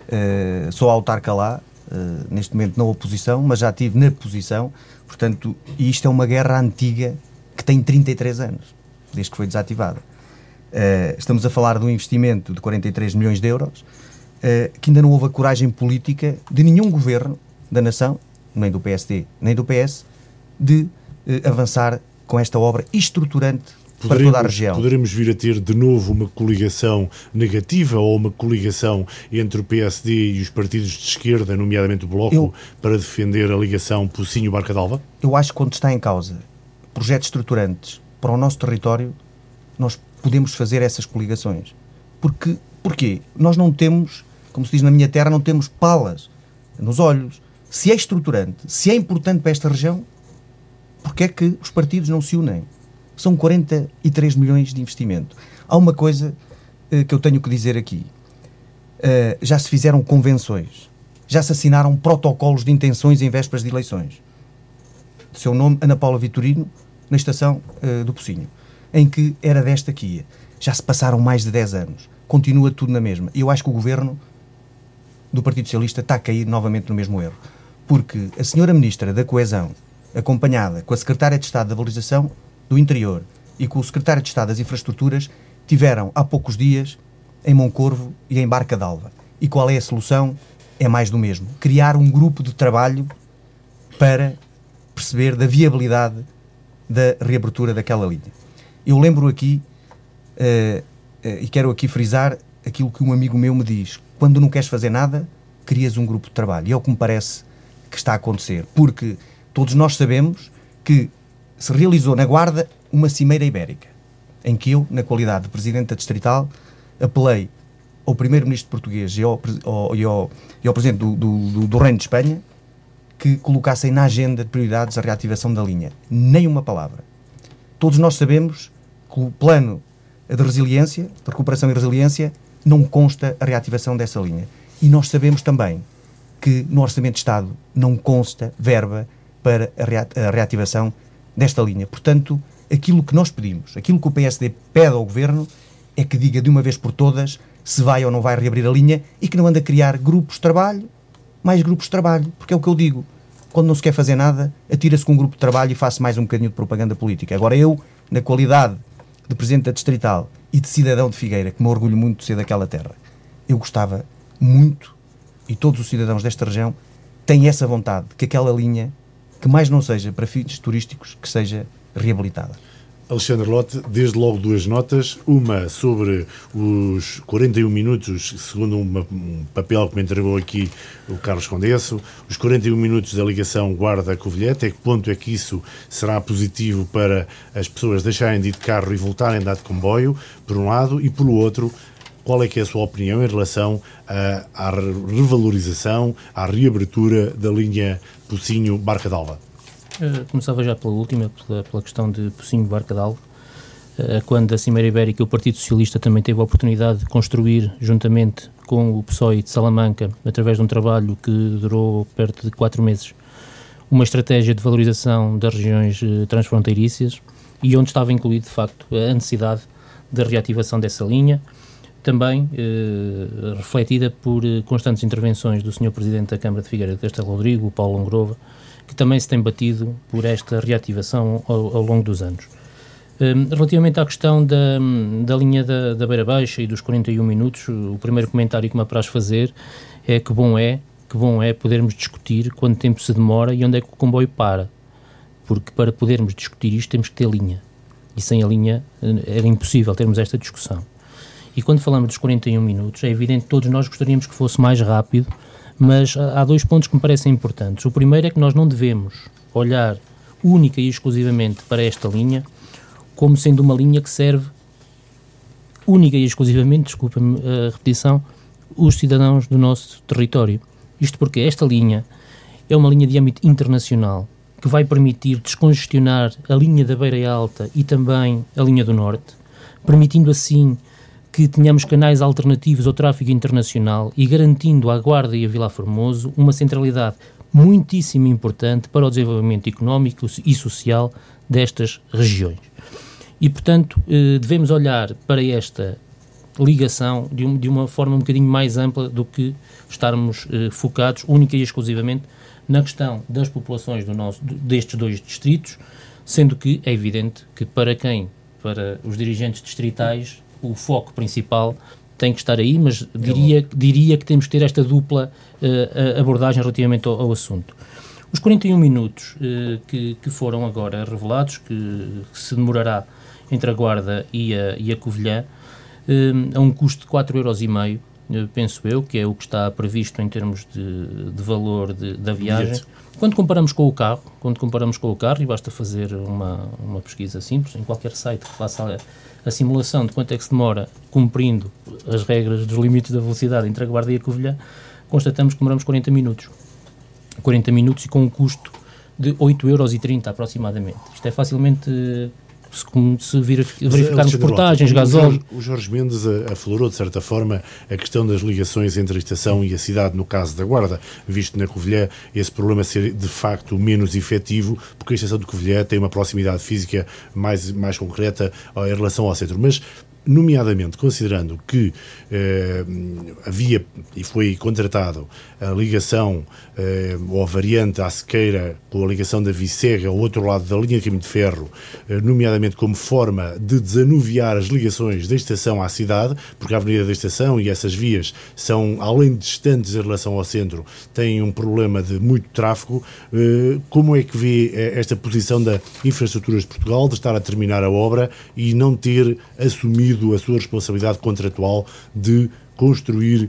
S2: sou autarca lá, Uh, neste momento na oposição, mas já estive na posição, portanto, e isto é uma guerra antiga que tem trinta e três anos, desde que foi desativada. Uh, estamos a falar de um investimento de quarenta e três milhões de euros, uh, que ainda não houve a coragem política de nenhum governo da nação, nem do P S D, nem do P S, de uh, avançar com esta obra estruturante para toda a região.
S1: Poderemos vir a ter de novo uma coligação negativa ou uma coligação entre o P S D e os partidos de esquerda, nomeadamente o Bloco, eu, para defender a ligação Pocinho-Barca d'Alva?
S2: Eu acho que quando está em causa projetos estruturantes para o nosso território, nós podemos fazer essas coligações. Porque, porquê? Nós não temos como se diz na minha terra, não temos palas nos olhos. Se é estruturante, se é importante para esta região, porque é que os partidos não se unem? São quarenta e três milhões de investimento. Há uma coisa uh, que eu tenho que dizer aqui. Uh, já se fizeram convenções, já se assinaram protocolos de intenções em vésperas de eleições. De seu nome, Ana Paula Vitorino, na estação uh, do Pocinho, em que era desta que ia. Já se passaram mais de dez anos. Continua tudo na mesma. E eu acho que o governo do Partido Socialista está a cair novamente no mesmo erro. Porque a senhora Ministra da Coesão, acompanhada com a Secretária de Estado da Valorização do Interior e com o Secretário de Estado das Infraestruturas, tiveram há poucos dias em Moncorvo e em Barca d'Alva. E qual é a solução? É mais do mesmo. Criar um grupo de trabalho para perceber da viabilidade da reabertura daquela linha. Eu lembro aqui, uh, uh, e quero aqui frisar aquilo que um amigo meu me diz: quando não queres fazer nada, crias um grupo de trabalho. E é o que me parece que está a acontecer. Porque todos nós sabemos que se realizou na Guarda uma cimeira ibérica, em que eu, na qualidade de Presidente da Distrital, apelei ao Primeiro-Ministro português e ao, ao, e ao, e ao Presidente do, do, do Reino de Espanha que colocassem na agenda de prioridades a reativação da linha. Nem uma palavra. Todos nós sabemos que o plano de resiliência, de recuperação e resiliência, não consta a reativação dessa linha. E nós sabemos também que no Orçamento de Estado não consta verba para a reativação desta linha. Portanto, aquilo que nós pedimos, aquilo que o P S D pede ao Governo, é que diga de uma vez por todas se vai ou não vai reabrir a linha e que não ande a criar grupos de trabalho, mais grupos de trabalho, porque é o que eu digo. Quando não se quer fazer nada, atira-se com um grupo de trabalho e faça mais um bocadinho de propaganda política. Agora eu, na qualidade de Presidente da Distrital e de cidadão de Figueira, que me orgulho muito de ser daquela terra, eu gostava muito, e todos os cidadãos desta região têm essa vontade, que aquela linha, que mais não seja para fins turísticos, que seja reabilitada.
S1: Alexandre Lote, desde logo duas notas, uma sobre os quarenta e um minutos, segundo uma, um papel que me entregou aqui o Carlos Condesso, os quarenta e um minutos da ligação Guarda-Covilhã, até que ponto é que isso será positivo para as pessoas deixarem de ir de carro e voltarem a andar de comboio, por um lado, e pelo outro, qual é que é a sua opinião em relação a, à revalorização, à reabertura da linha Pocinho-Barca d'Alva?
S4: Uh, começava já pela última, pela, pela questão de Pocinho-Barca d'Alva, uh, quando a Cimeira Ibérica, o Partido Socialista também teve a oportunidade de construir, juntamente com o P S O E de Salamanca, através de um trabalho que durou perto de quatro meses, uma estratégia de valorização das regiões uh, transfronteiriças, e onde estava incluído, de facto, a necessidade da reativação dessa linha, também uh, refletida por uh, constantes intervenções do senhor Presidente da Câmara de Figueira de Castelo Rodrigo, o Paulo Longrova, que também se tem batido por esta reativação ao, ao longo dos anos. Um, relativamente à questão da, da linha da, da Beira Baixa e dos quarenta e um minutos, o primeiro comentário que me apraz fazer é que bom é, que bom é podermos discutir quanto tempo se demora e onde é que o comboio para, porque para podermos discutir isto temos que ter linha, e sem a linha era impossível termos esta discussão. E quando falamos dos quarenta e um minutos, é evidente que todos nós gostaríamos que fosse mais rápido, mas há dois pontos que me parecem importantes. O primeiro é que nós não devemos olhar única e exclusivamente para esta linha como sendo uma linha que serve única e exclusivamente, desculpa-me a repetição, os cidadãos do nosso território. Isto porque esta linha é uma linha de âmbito internacional que vai permitir descongestionar a linha da Beira Alta e também a linha do Norte, permitindo assim que tenhamos canais alternativos ao tráfego internacional e garantindo à Guarda e a Vilar Formoso uma centralidade muitíssimo importante para o desenvolvimento económico e social destas regiões. E, portanto, eh, devemos olhar para esta ligação de, um, de uma forma um bocadinho mais ampla do que estarmos eh, focados única e exclusivamente na questão das populações do nosso, destes dois distritos, sendo que é evidente que para quem, para os dirigentes distritais, o foco principal tem que estar aí, mas diria, diria que temos que ter esta dupla uh, abordagem relativamente ao, ao assunto. Os quarenta e um minutos uh, que, que foram agora revelados, que, que se demorará entre a Guarda e a, e a Covilhã, uh, a um custo de quatro euros e meio, penso eu, que é o que está previsto em termos de, de valor de, da viagem. Quando comparamos com o carro, quando comparamos com o carro, e basta fazer uma, uma pesquisa simples, em qualquer site que faça a, a simulação de quanto é que se demora cumprindo as regras dos limites da velocidade entre a Guarda e a Covilhã, constatamos que demoramos quarenta minutos. quarenta minutos e com um custo de oito euros e trinta aproximadamente. Isto é facilmente... Se, se vir, verificarmos portagens, gasóleo...
S1: O Jorge Mendes aflorou, de certa forma, a questão das ligações entre a estação e a cidade, no caso da Guarda, visto na Covilhã esse problema ser, de facto, menos efetivo, porque a estação de Covilhã tem uma proximidade física mais, mais concreta em relação ao centro. Mas, nomeadamente, considerando que eh, havia e foi contratado a ligação eh, ou a variante à Sequeira com a ligação da Vicega ao outro lado da linha de caminho de ferro, eh, nomeadamente como forma de desanuviar as ligações da estação à cidade, porque a avenida da estação e essas vias são, além de distantes em relação ao centro, têm um problema de muito tráfego. Eh, como é que vê eh, esta posição da Infraestruturas de Portugal de estar a terminar a obra e não ter assumido a sua responsabilidade contratual de construir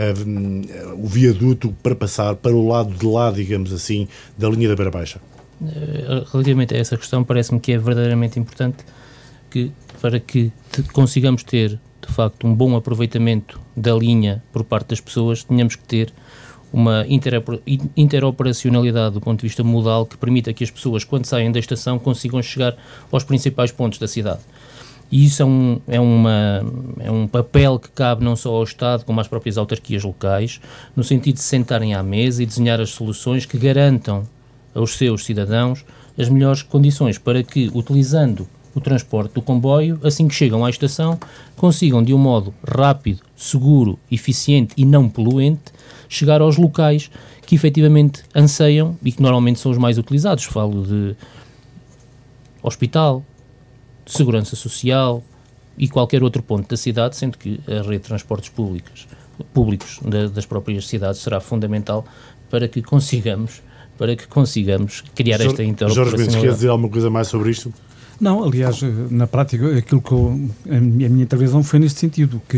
S1: uh, o viaduto para passar para o lado de lá, digamos assim, da linha da Beira Baixa?
S4: Relativamente a essa questão, parece-me que é verdadeiramente importante que, para que te, consigamos ter, de facto, um bom aproveitamento da linha por parte das pessoas, tenhamos que ter uma interoper, interoperacionalidade do ponto de vista modal que permita que as pessoas, quando saem da estação, consigam chegar aos principais pontos da cidade. E isso é um, é, uma, é um papel que cabe não só ao Estado, como às próprias autarquias locais, no sentido de se sentarem à mesa e desenhar as soluções que garantam aos seus cidadãos as melhores condições para que, utilizando o transporte do comboio, assim que chegam à estação, consigam, de um modo rápido, seguro, eficiente e não poluente, chegar aos locais que efetivamente anseiam e que normalmente são os mais utilizados. Falo de hospital, de segurança social e qualquer outro ponto da cidade, sendo que a rede de transportes públicos, públicos da, das próprias cidades será fundamental para que consigamos, para que consigamos criar
S1: Jorge,
S4: esta interoperacionalidade.
S1: Jorge Mendes, quer dizer alguma coisa mais sobre isto?
S3: Não, aliás, na prática, aquilo que eu, a minha intervenção foi neste sentido, que uh,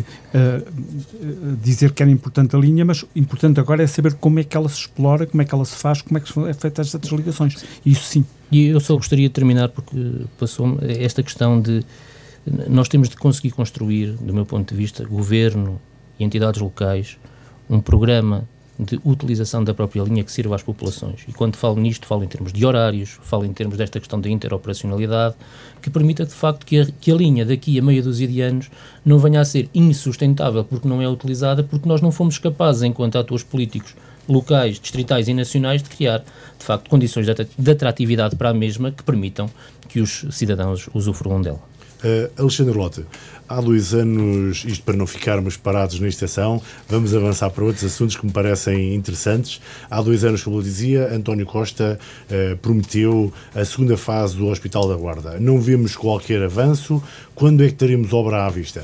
S3: dizer que era importante a linha, mas importante agora é saber como é que ela se explora, como é que ela se faz, como é que são feitas estas ligações. Isso sim.
S4: E eu só gostaria de terminar porque passou-me esta questão de nós temos de conseguir construir, do meu ponto de vista, governo e entidades locais, um programa de utilização da própria linha que sirva às populações. E quando falo nisto, falo em termos de horários, falo em termos desta questão da interoperacionalidade, que permita de facto que a, que a linha daqui a meia dúzia de anos não venha a ser insustentável porque não é utilizada, porque nós não fomos capazes, enquanto atores políticos locais, distritais e nacionais, de criar, de facto, condições de atratividade para a mesma que permitam que os cidadãos usufruam dela.
S1: Uh, Alexandre Lota, há dois anos, isto para não ficarmos parados na estação, vamos avançar para outros assuntos que me parecem interessantes. Há dois anos, como eu dizia, António Costa uh, prometeu a segunda fase do Hospital da Guarda. Não vemos qualquer avanço. Quando é que teremos obra à vista?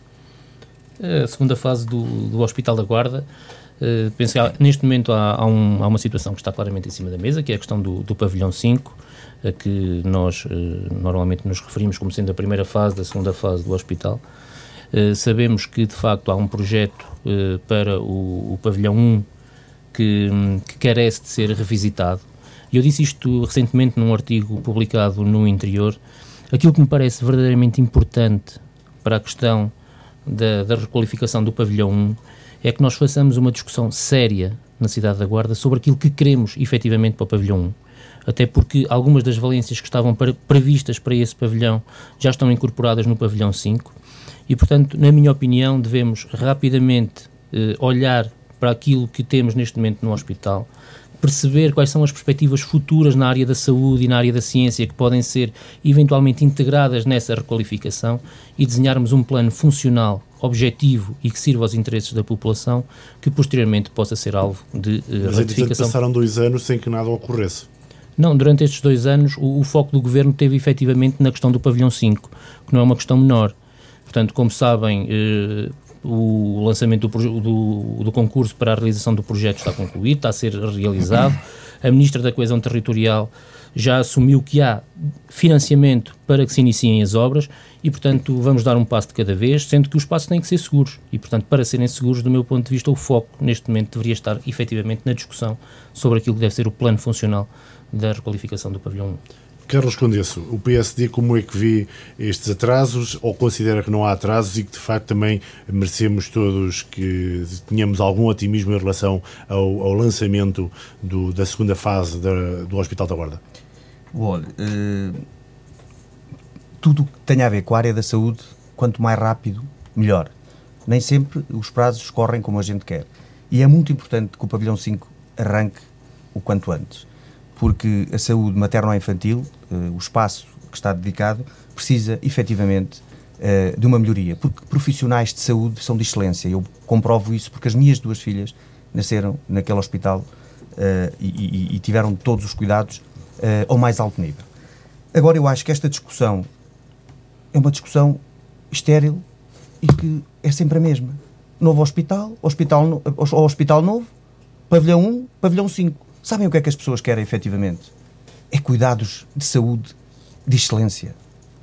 S4: A segunda fase do, do Hospital da Guarda, uh, penso que há, neste momento há, há, um, há uma situação que está claramente em cima da mesa, que é a questão do, do pavilhão cinco, a que nós uh, normalmente nos referimos como sendo a primeira fase da segunda fase do hospital. Uh, sabemos que, de facto, há um projeto uh, para o, o pavilhão um que, que carece de ser revisitado. E eu disse isto recentemente num artigo publicado no Interior. Aquilo que me parece verdadeiramente importante para a questão da, da requalificação do pavilhão um é que nós façamos uma discussão séria na cidade da Guarda sobre aquilo que queremos efetivamente para o pavilhão um. Até porque algumas das valências que estavam para, previstas para esse pavilhão já estão incorporadas no pavilhão cinco e, portanto, na minha opinião, devemos rapidamente eh, olhar para aquilo que temos neste momento no hospital, perceber quais são as perspectivas futuras na área da saúde e na área da ciência que podem ser eventualmente integradas nessa requalificação e desenharmos um plano funcional, objetivo e que sirva aos interesses da população, que posteriormente possa ser alvo de eh,
S1: Mas
S4: ratificação.
S1: Passaram dois anos sem que nada ocorresse.
S4: Não, durante estes dois anos o, o foco do Governo teve efetivamente na questão do pavilhão cinco, que não é uma questão menor. Portanto, como sabem, eh, o lançamento do, do, do concurso para a realização do projeto está concluído, está a ser realizado. a Ministra da Coesão Territorial já assumiu que há financiamento para que se iniciem as obras e, portanto, vamos dar um passo de cada vez, sendo que os passos têm que ser seguros. E, portanto, para serem seguros, do meu ponto de vista, o foco, neste momento, deveria estar, efetivamente, na discussão sobre aquilo que deve ser o plano funcional da requalificação do pavilhão um.
S1: Carlos Condesso, o P S D como é que vê estes atrasos, ou considera que não há atrasos e que de facto também merecemos todos que tenhamos algum otimismo em relação ao, ao lançamento do, da segunda fase da, do Hospital da Guarda?
S2: Olha, uh, tudo o que tenha a ver com a área da saúde, quanto mais rápido, melhor. Nem sempre os prazos correm como a gente quer. E é muito importante que o pavilhão cinco arranque o quanto antes. Porque a saúde materno-infantil, uh, o espaço que está dedicado, precisa, efetivamente, uh, de uma melhoria. Porque profissionais de saúde são de excelência. Eu comprovo isso porque as minhas duas filhas nasceram naquele hospital uh, e, e, e tiveram todos os cuidados uh, ao mais alto nível. Agora, eu acho que esta discussão é uma discussão estéril e que é sempre a mesma. Novo hospital, hospital, no, hospital novo, pavilhão um, pavilhão cinco. Sabem o que é que as pessoas querem, efetivamente? É cuidados de saúde de excelência.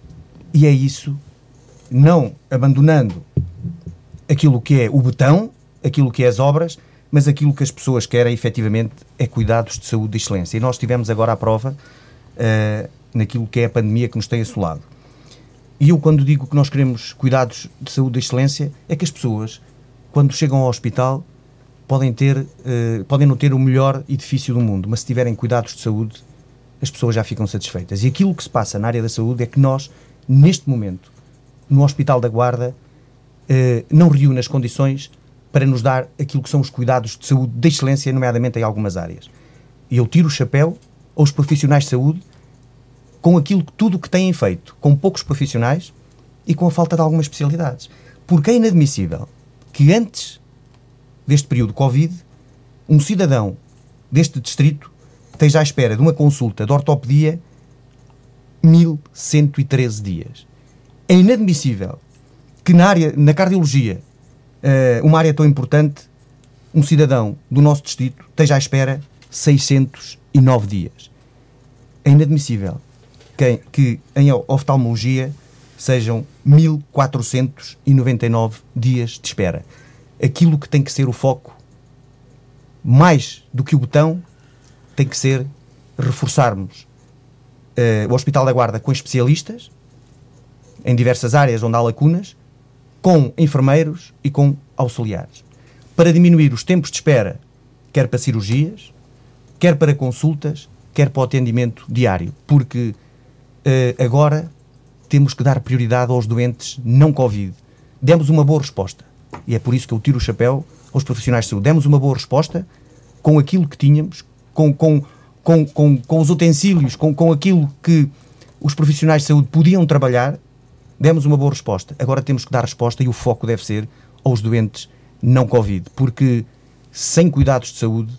S2: E é isso, não abandonando aquilo que é o betão, aquilo que é as obras, mas aquilo que as pessoas querem, efetivamente, é cuidados de saúde de excelência. E nós tivemos agora a prova uh, naquilo que é a pandemia que nos tem assolado. E eu, quando digo que nós queremos cuidados de saúde de excelência, é que as pessoas, quando chegam ao hospital, podem ter, uh, podem não ter o melhor edifício do mundo, mas se tiverem cuidados de saúde, as pessoas já ficam satisfeitas. E aquilo que se passa na área da saúde é que nós, neste momento, no Hospital da Guarda, uh, não reúne as condições para nos dar aquilo que são os cuidados de saúde de excelência, nomeadamente em algumas áreas. E eu tiro o chapéu aos profissionais de saúde com aquilo, tudo o que têm feito, com poucos profissionais e com a falta de algumas especialidades. Porque é inadmissível que antes deste período Covid, um cidadão deste distrito esteja à espera de uma consulta de ortopedia mil cento e treze dias. É inadmissível que na área, na cardiologia, uh, uma área tão importante, um cidadão do nosso distrito esteja à espera seiscentos e nove dias. É inadmissível que, que em oftalmologia sejam mil quatrocentos e noventa e nove dias de espera. Aquilo que tem que ser o foco, mais do que o botão, tem que ser reforçarmos uh, o Hospital da Guarda com especialistas, em diversas áreas onde há lacunas, com enfermeiros e com auxiliares, para diminuir os tempos de espera, quer para cirurgias, quer para consultas, quer para o atendimento diário, porque uh, agora temos que dar prioridade aos doentes não Covid. Demos uma boa resposta. E é por isso que eu tiro o chapéu aos profissionais de saúde. Demos uma boa resposta com aquilo que tínhamos, com, com, com, com, com os utensílios, com, com aquilo que os profissionais de saúde podiam trabalhar. Demos uma boa resposta. Agora temos que dar resposta e o foco deve ser aos doentes não Covid. Porque sem cuidados de saúde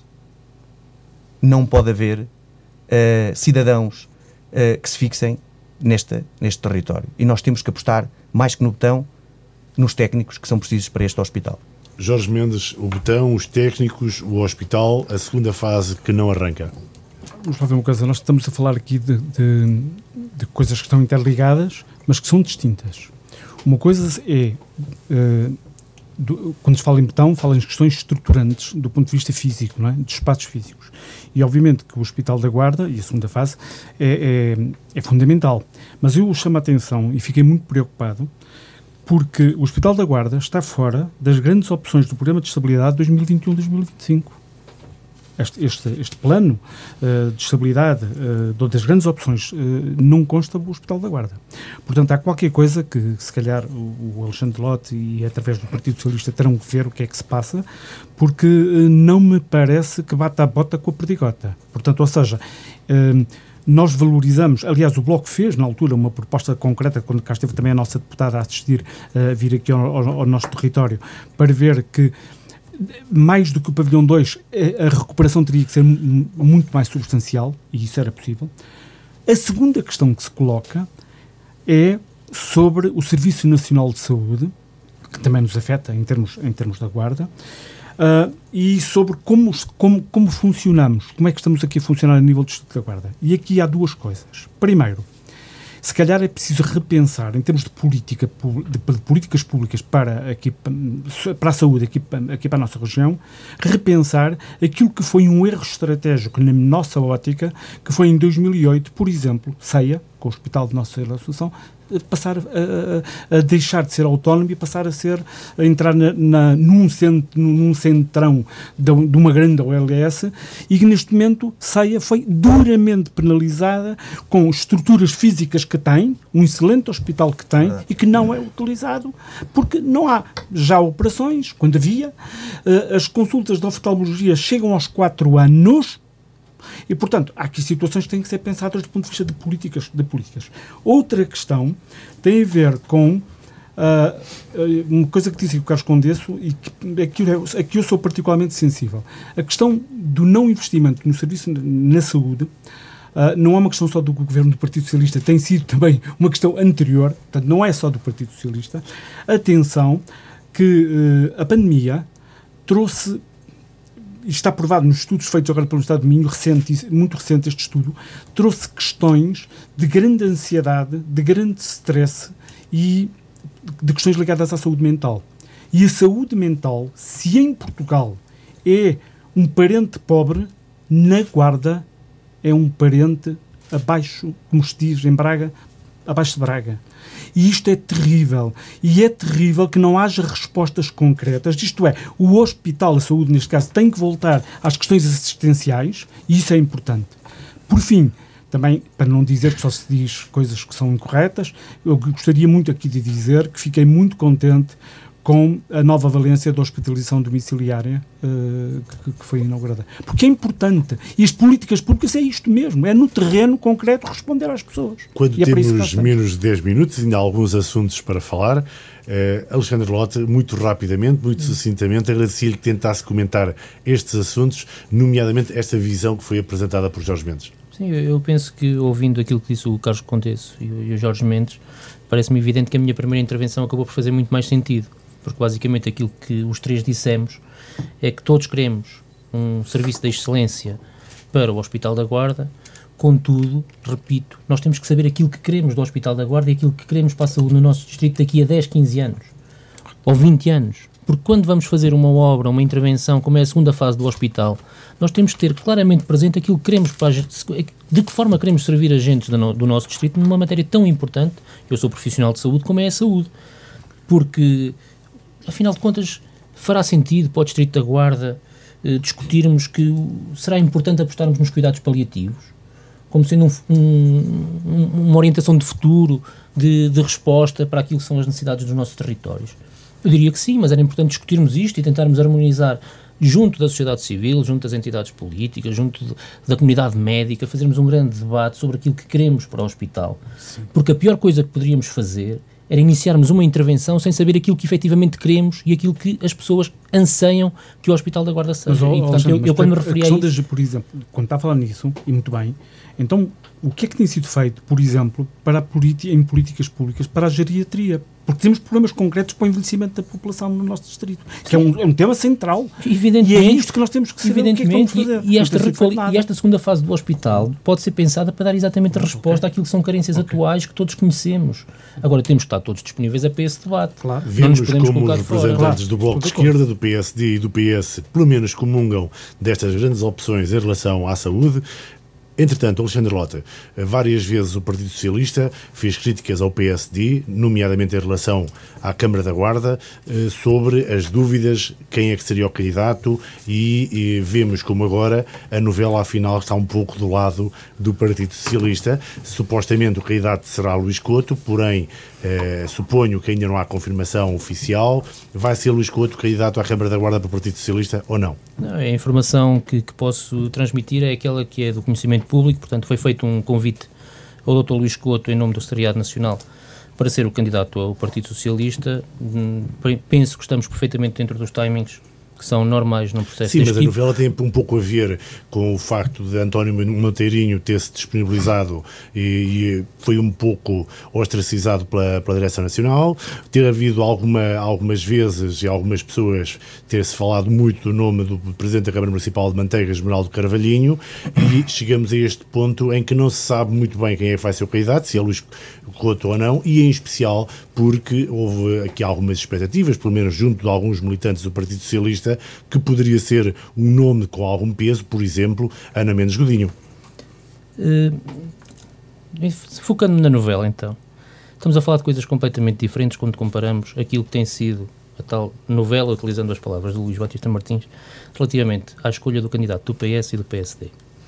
S2: não pode haver uh, cidadãos uh, que se fixem nesta, neste território. E nós temos que apostar, mais que no botão, nos técnicos que são precisos para este hospital.
S1: Jorge Mendes, o botão, os técnicos, o hospital, a segunda fase que não arranca.
S3: Vamos lá ver uma coisa, nós estamos a falar aqui de, de, de coisas que estão interligadas, mas que são distintas. Uma coisa é, uh, do, quando se fala em botão, fala em questões estruturantes do ponto de vista físico, não é? De espaços físicos. E obviamente que o Hospital da Guarda, e a segunda fase, é, é, é fundamental. Mas eu chamo a atenção e fiquei muito preocupado porque o Hospital da Guarda está fora das grandes opções do Programa de Estabilidade dois mil e vinte e um a dois mil e vinte e cinco. Este, este, este plano uh, de estabilidade uh, das grandes opções uh, não consta do Hospital da Guarda. Portanto, há qualquer coisa que, se calhar, o, o Alexandre Lotte e através do Partido Socialista terão que ver o que é que se passa, porque uh, não me parece que bata a bota com a perdigota. Portanto, ou seja, uh, nós valorizamos, aliás, o Bloco fez, na altura, uma proposta concreta, quando cá esteve também a nossa deputada a assistir, a uh, vir aqui ao, ao, ao nosso território, para ver que, mais do que o pavilhão dois, a, a recuperação teria que ser m- muito mais substancial, e isso era possível. A segunda questão que se coloca é sobre o Serviço Nacional de Saúde, que também nos afeta em termos, em termos da Guarda. uh, e sobre como, como, como funcionamos, como é que estamos aqui a funcionar a nível do Distrito da Guarda. E aqui há duas coisas. Primeiro, se calhar é preciso repensar, em termos de, política, de, de políticas públicas para, aqui, para a saúde aqui, aqui para a nossa região, repensar aquilo que foi um erro estratégico na nossa ótica, que foi em dois mil e oito, por exemplo, CEIA, com o Hospital de Nossa Senhora da Assunção, passar a, a, a deixar de ser autónomo e passar a ser, a entrar na, na, num, cent, num centrão de, de uma grande O L S, e que neste momento CEIA foi duramente penalizada com estruturas físicas que tem, um excelente hospital que tem, e que não é utilizado, porque não há já operações, quando havia, as consultas de oftalmologia chegam aos quatro anos. E, portanto, há aqui situações que têm que ser pensadas do ponto de vista de políticas. De políticas. Outra questão tem a ver com uh, uma coisa que disse o Carlos Condesso e que, a, que eu, a que eu sou particularmente sensível. A questão do não investimento no serviço na saúde uh, não é uma questão só do governo do Partido Socialista, tem sido também uma questão anterior, portanto, não é só do Partido Socialista. Atenção que uh, a pandemia trouxe, e está provado nos estudos feitos agora pelo Universidade do Minho, recente, muito recente este estudo, trouxe questões de grande ansiedade, de grande stress e de questões ligadas à saúde mental. E a saúde mental, se em Portugal é um parente pobre, na Guarda é um parente abaixo, como se diz em Braga, abaixo de Braga. E isto é terrível. E é terrível que não haja respostas concretas. Isto é, o hospital, a saúde neste caso, tem que voltar às questões assistenciais, e isso é importante. Por fim, também, para não dizer que só se diz coisas que são incorretas, eu gostaria muito aqui de dizer que fiquei muito contente com a nova valência da hospitalização domiciliária uh, que, que foi inaugurada. Porque é importante. E as políticas públicas é isto mesmo. É no terreno concreto responder às pessoas.
S1: Quando
S3: e
S1: temos é menos de dez minutos, ainda há alguns assuntos para falar. Uh, Alexandre Lota, muito rapidamente, muito sucintamente, agradecia-lhe que tentasse comentar estes assuntos, nomeadamente esta visão que foi apresentada por Jorge Mendes.
S4: Sim, eu penso que, ouvindo aquilo que disse o Carlos Condesso e o, e o Jorge Mendes, parece-me evidente que a minha primeira intervenção acabou por fazer muito mais sentido. Porque basicamente aquilo que os três dissemos é que todos queremos um serviço de excelência para o Hospital da Guarda, contudo, repito, nós temos que saber aquilo que queremos do Hospital da Guarda e aquilo que queremos para a saúde no nosso distrito daqui a dez, quinze anos, ou vinte anos. Porque quando vamos fazer uma obra, uma intervenção, como é a segunda fase do hospital, nós temos que ter claramente presente aquilo que queremos, para a gente, de que forma queremos servir agentes do, do nosso distrito numa matéria tão importante. Eu sou profissional de saúde, como é a saúde. Porque, afinal de contas, fará sentido para o Distrito da Guarda eh, discutirmos que será importante apostarmos nos cuidados paliativos, como sendo um, um, uma orientação de futuro, de, de resposta para aquilo que são as necessidades dos nossos territórios. Eu diria que sim, mas era importante discutirmos isto e tentarmos harmonizar junto da sociedade civil, junto das entidades políticas, junto de, da comunidade médica, fazermos um grande debate sobre aquilo que queremos para o hospital. Sim. Porque a pior coisa que poderíamos fazer era iniciarmos uma intervenção sem saber aquilo que efetivamente queremos e aquilo que as pessoas anseiam que o Hospital da Guarda seja.
S3: Mas,
S4: e, portanto, eu, eu quando me referi a isso...
S3: Das, por exemplo, quando está a falar nisso, e muito bem, então o que é que tem sido feito, por exemplo, para a em políticas públicas para a geriatria? Porque temos problemas concretos para o envelhecimento da população no nosso distrito, que é um, é um tema central.
S4: Evidentemente,
S3: e é isto que nós temos que saber o que é que vamos fazer.
S4: E, e, esta, e esta segunda fase do hospital pode ser pensada para dar exatamente a resposta okay. àquilo que são carências okay. atuais que todos conhecemos. Agora, temos que estar todos disponíveis para esse debate.
S1: Claro. Vimos como os representantes claro. do Bloco de Esquerda, do P S D e do P S, pelo menos comungam destas grandes opções em relação à saúde. Entretanto, Alexandre Lota, várias vezes o Partido Socialista fez críticas ao P S D, nomeadamente em relação à Câmara da Guarda, sobre as dúvidas, quem é que seria o candidato, e, e vemos como agora a novela, afinal, está um pouco do lado do Partido Socialista. Supostamente o candidato será Luís Couto, porém, eh, suponho que ainda não há confirmação oficial. Vai ser Luís Couto candidato à Câmara da Guarda para o Partido Socialista ou não?
S4: Não, a informação que, que posso transmitir é aquela que é do conhecimento público. Portanto, foi feito um convite ao doutor Luís Couto em nome do Secretariado Nacional para ser o candidato ao Partido Socialista. Penso que estamos perfeitamente dentro dos timings que são normais num processo
S1: Sim,
S4: deste
S1: mas
S4: tipo.
S1: a novela tem um pouco a ver com o facto de António Monteirinho ter-se disponibilizado e, e foi um pouco ostracizado pela, pela Direção Nacional, ter havido alguma, algumas vezes e algumas pessoas ter-se falado muito do nome do Presidente da Câmara Municipal de Manteigas, Esmeraldo Carvalhinho, e chegamos a este ponto em que não se sabe muito bem quem é que vai ser o candidato, se é Luís Couto ou não, e em especial porque houve aqui algumas expectativas, pelo menos junto de alguns militantes do Partido Socialista, que poderia ser um nome com algum peso, por exemplo, Ana Mendes Godinho.
S4: Uh, focando na novela, então, estamos a falar de coisas completamente diferentes quando comparamos aquilo que tem sido a tal novela, utilizando as palavras do Luís Batista Martins, relativamente à escolha do candidato do P S e do P S D.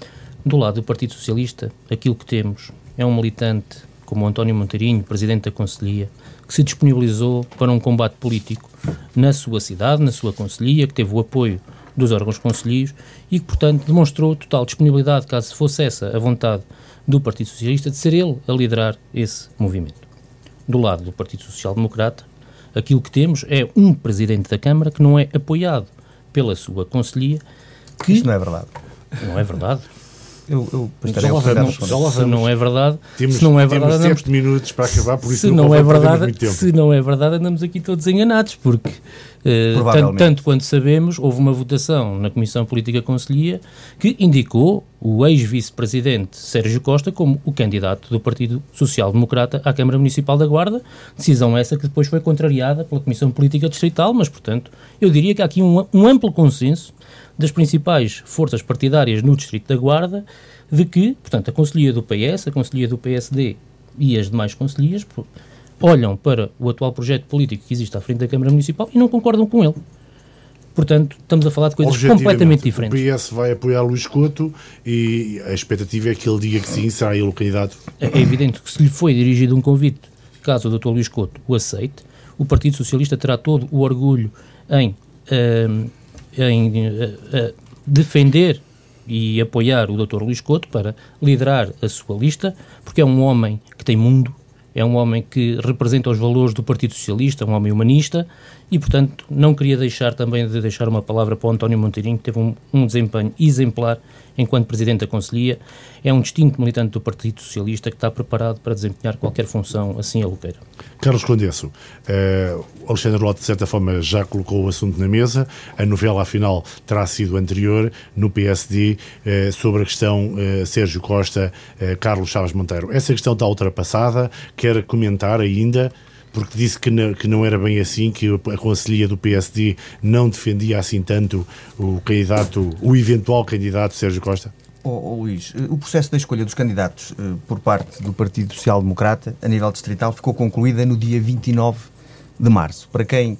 S4: Do lado do Partido Socialista, aquilo que temos é um militante como o António Monteirinho, presidente da Conselhia, que se disponibilizou para um combate político na sua cidade, na sua Conselhia, que teve o apoio dos órgãos concelhios e que, portanto, demonstrou total disponibilidade, caso fosse essa a vontade do Partido Socialista, de ser ele a liderar esse movimento. Do lado do Partido Social Democrata, aquilo que temos é um presidente da Câmara que não é apoiado pela sua Conselhia. Que
S2: Isto não é verdade.
S4: Não é verdade.
S2: Eu, eu
S1: já lá vamos, já lá
S4: se
S1: vamos.
S4: não é verdade,
S1: temos,
S4: se não é verdade,
S1: temos
S4: andamos,
S1: sete minutos para acabar, por isso
S4: se
S1: não,
S4: não é verdade,
S1: muito tempo.
S4: se não é verdade, andamos aqui todos enganados, porque uh, tanto, tanto quanto sabemos, houve uma votação na Comissão Política Conselhia que indicou o ex-vice-presidente Sérgio Costa como o candidato do Partido Social Democrata à Câmara Municipal da Guarda, decisão essa que depois foi contrariada pela Comissão Política Distrital, mas, portanto, eu diria que há aqui um, um amplo consenso das principais forças partidárias no Distrito da Guarda de que, portanto, a Conselhia do P S, a Conselhia do P S D e as demais conselhias olham para o atual projeto político que existe à frente da Câmara Municipal e não concordam com ele. Portanto, estamos a falar de coisas completamente diferentes.
S1: O P S vai apoiar Luís Couto e a expectativa é que ele diga que sim, será ele o candidato.
S4: É evidente que se lhe foi dirigido um convite, caso o doutor Luís Couto o aceite, o Partido Socialista terá todo o orgulho em, uh, em uh, uh, defender e apoiar o doutor Luís Couto para liderar a sua lista, porque é um homem que tem mundo, é um homem que representa os valores do Partido Socialista, um homem humanista, e, portanto, não queria deixar também de deixar uma palavra para o António Monteirinho, que teve um, um desempenho exemplar enquanto Presidente da Conselhia. É um distinto militante do Partido Socialista que está preparado para desempenhar qualquer função assim a louqueira.
S1: Carlos Condesso, uh, Alexandre Lota, de certa forma, já colocou o assunto na mesa. A novela, afinal, terá sido anterior no P S D uh, sobre a questão uh, Sérgio Costa, uh, Carlos Chaves Monteiro. Essa questão está ultrapassada. Quer comentar ainda? Porque disse que não, que não era bem assim, que a Conselhia do P S D não defendia assim tanto o candidato, o eventual candidato Sérgio Costa?
S2: Oh, oh, Luís, o processo da escolha dos candidatos uh, por parte do Partido Social Democrata, a nível distrital, ficou concluída no dia vinte e nove de março. Para quem,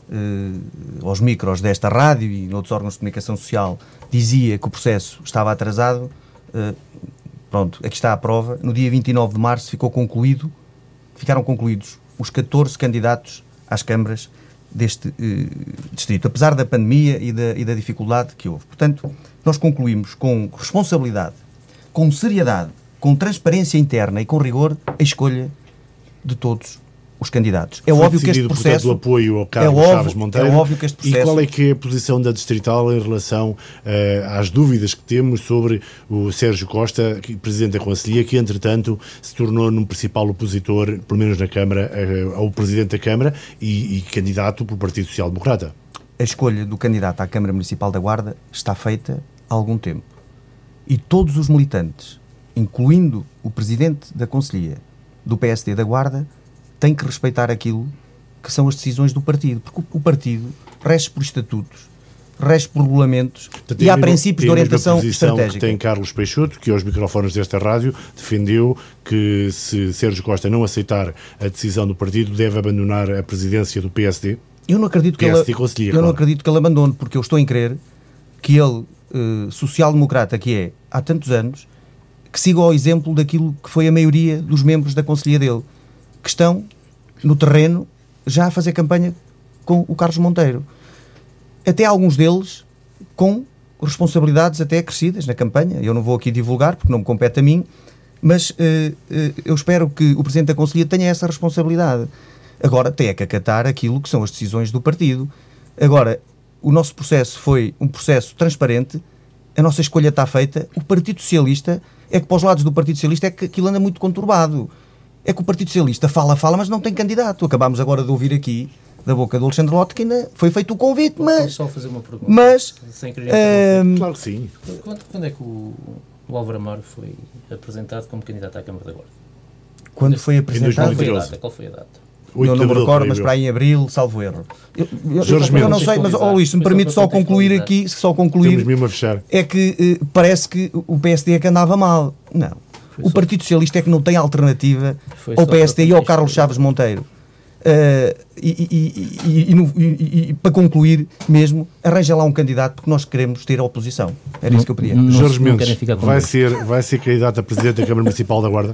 S2: uh, aos micros desta rádio e noutros órgãos de comunicação social, dizia que o processo estava atrasado, uh, pronto, aqui está a prova. No dia vinte e nove de março ficou concluído, ficaram concluídos os catorze candidatos às câmaras deste uh, distrito, apesar da pandemia e da, e da dificuldade que houve. Portanto, nós concluímos com responsabilidade, com seriedade, com transparência interna e com rigor a escolha de todos os candidatos. É
S1: Foi
S2: óbvio que este processo...
S1: do apoio ao Carlos
S2: é óbvio,
S1: Chaves Monteiro.
S2: É óbvio que este processo...
S1: E qual é que é a posição da Distrital em relação uh, às dúvidas que temos sobre o Sérgio Costa, Presidente da Conselhia, que entretanto se tornou num principal opositor, pelo menos na Câmara, uh, ao Presidente da Câmara e, e candidato pelo Partido Social Democrata?
S2: A escolha do candidato à Câmara Municipal da Guarda está feita há algum tempo. E todos os militantes, incluindo o Presidente da Conselhia do P S D da Guarda, têm que respeitar aquilo que são as decisões do partido, porque o partido rege por estatutos, rege por regulamentos Portanto, e há princípios de orientação estratégica.
S1: Que tem Carlos Peixoto, que aos microfones desta rádio defendeu que se Sérgio Costa não aceitar a decisão do partido, deve abandonar a presidência do P S D.
S2: Eu não acredito que ele, eu
S1: claro.
S2: não acredito que ele abandone, porque eu estou em crer que ele, uh, social-democrata que é há tantos anos, que siga ao exemplo daquilo que foi a maioria dos membros da Conselhia dele, que estão no terreno já a fazer campanha com o Carlos Monteiro. Até alguns deles com responsabilidades até acrescidas na campanha. Eu não vou aqui divulgar porque não me compete a mim, mas uh, uh, eu espero que o Presidente da Conselhia tenha essa responsabilidade. Agora tem que acatar aquilo que são as decisões do partido. Agora, o nosso processo foi um processo transparente, a nossa escolha está feita. O Partido Socialista, é que para os lados do Partido Socialista é que aquilo anda muito conturbado. É que o Partido Socialista fala, fala, mas não tem candidato. Acabámos agora de ouvir aqui, da boca do Alexandre Lota, que ainda foi feito o convite, mas...
S4: Só fazer uma pergunta.
S2: Mas...
S4: Sem querer
S2: uh,
S1: claro que sim.
S4: Quando, quando é que o, o Álvaro Amaro foi apresentado como candidato à Câmara da Guarda?
S2: Quando foi apresentado?
S4: Qual foi a data? Qual foi a data?
S2: Não, não me recordo, mas para aí em abril, salvo erro. Eu, eu,
S1: Jorge
S2: eu, eu não sei, mas oh, Luís, se me permite só concluir aqui, só concluir,
S1: mesmo a fechar.
S2: É que uh, parece que o P S D é que andava mal. Não. Foi o Partido Socialista é que não tem alternativa ao P S D e ao Carlos Chaves Monteiro. Uh, e, e, e, e, no, e, e para concluir mesmo, arranja lá um candidato, porque nós queremos ter a oposição. Era isso que eu pedia.
S1: Não, Jorge Mendes, vai ser, vai ser candidato a Presidente da Câmara Municipal da Guarda?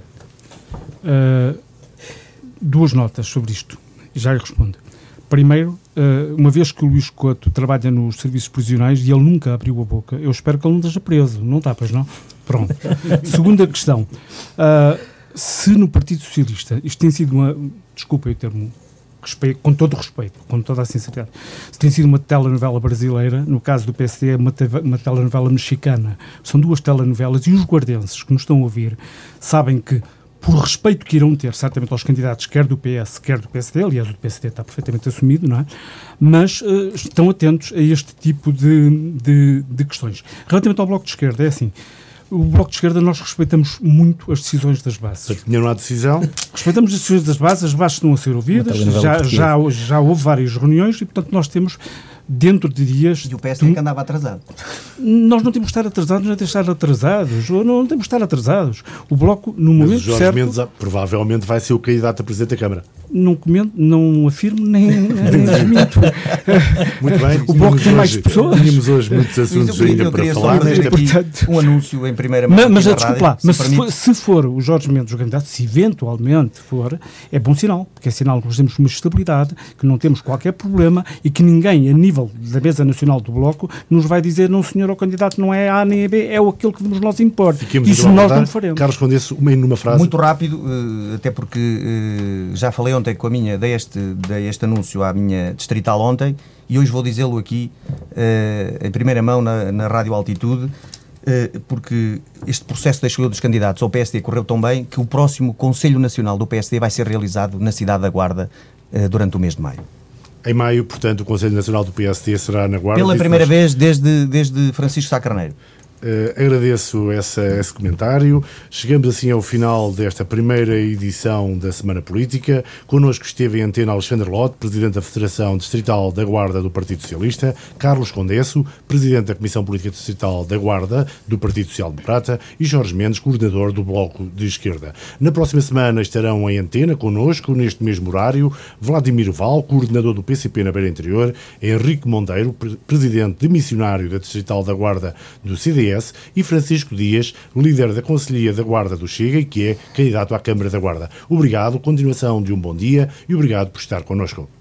S3: Uh, duas notas sobre isto, já lhe respondo. Primeiro, uh, uma vez que o Luís Couto trabalha nos serviços prisionais e ele nunca abriu a boca, eu espero que ele não esteja preso. Não está, pois não? Pronto. Segunda questão. Uh, se no Partido Socialista isto tem sido uma... Desculpa o termo, respeito, com todo o respeito, com toda a sinceridade, se tem sido uma telenovela brasileira, no caso do P S D é uma, te, uma telenovela mexicana. São duas telenovelas e os guardenses que nos estão a ouvir sabem que, por respeito que irão ter, certamente, aos candidatos, quer do P S, quer do P S D, aliás, o P S D está perfeitamente assumido, não é? Mas uh, estão atentos a este tipo de, de, de questões. Relativamente ao Bloco de Esquerda, é assim, o Bloco de Esquerda nós respeitamos muito as decisões das bases.
S1: Tinha não há decisão?
S3: Respeitamos as decisões das bases, as bases estão a ser ouvidas, já, já, já houve várias reuniões e, portanto, nós temos... dentro de dias...
S2: E o P S D que andava atrasado.
S3: Nós não temos de estar atrasados, não é de estar atrasados. Não, não temos de estar atrasados. O Bloco, no momento
S1: Mas o Jorge
S3: certo...
S1: Mendes provavelmente vai ser o candidato a Presidente da Câmara.
S3: Não comento, não afirmo, nem, nem desminto.
S1: Muito bem.
S3: O Bloco tem mais pessoas.
S1: Tínhamos hoje muitos assuntos
S2: eu, eu
S1: ainda para falar.
S2: Mas
S1: nesta...
S2: portanto, um anúncio em primeira mão.
S3: Mas, mas desculpa
S2: rádio,
S3: lá,
S2: se
S3: mas se
S2: permite...
S3: for, se for o Jorge Mendes o candidato, se eventualmente for, é bom sinal, porque é sinal que nós temos uma estabilidade, que não temos qualquer problema e que ninguém, a nível da mesa nacional do Bloco, nos vai dizer, não senhor, o candidato não é A nem é B, é aquilo que vamos nós impor.
S1: Fiquemos
S3: Isso nós não faremos.
S1: Carlos Condeço, uma numa frase.
S2: Muito rápido, até porque já falei ontem com a minha, dei este, dei este anúncio à minha distrital ontem e hoje vou dizê-lo aqui em primeira mão na, na Rádio Altitude, porque este processo da escolha dos candidatos ao P S D correu tão bem que o próximo Conselho Nacional do P S D vai ser realizado na cidade da Guarda durante o mês de maio.
S1: Em maio, portanto, o Conselho Nacional do P S D será na Guarda.
S2: Pela primeira vez desde, desde Francisco Sá Carneiro.
S1: Uh, agradeço essa, esse comentário. Chegamos assim ao final desta primeira edição da Semana Política. Connosco esteve em antena Alexandre Lota, Presidente da Federação Distrital da Guarda do Partido Socialista, Carlos Condeço, Presidente da Comissão Política Distrital da Guarda do Partido Social Democrata e Jorge Mendes, Coordenador do Bloco de Esquerda. Na próxima semana estarão em antena connosco, neste mesmo horário, Vladimir Val, Coordenador do P C P na Beira Interior, Henrique Monteiro, Presidente de Missionário da Distrital da Guarda do C D S, e Francisco Dias, líder da Conselhia da Guarda do Chega e que é candidato à Câmara da Guarda. Obrigado, continuação de um bom dia e obrigado por estar connosco.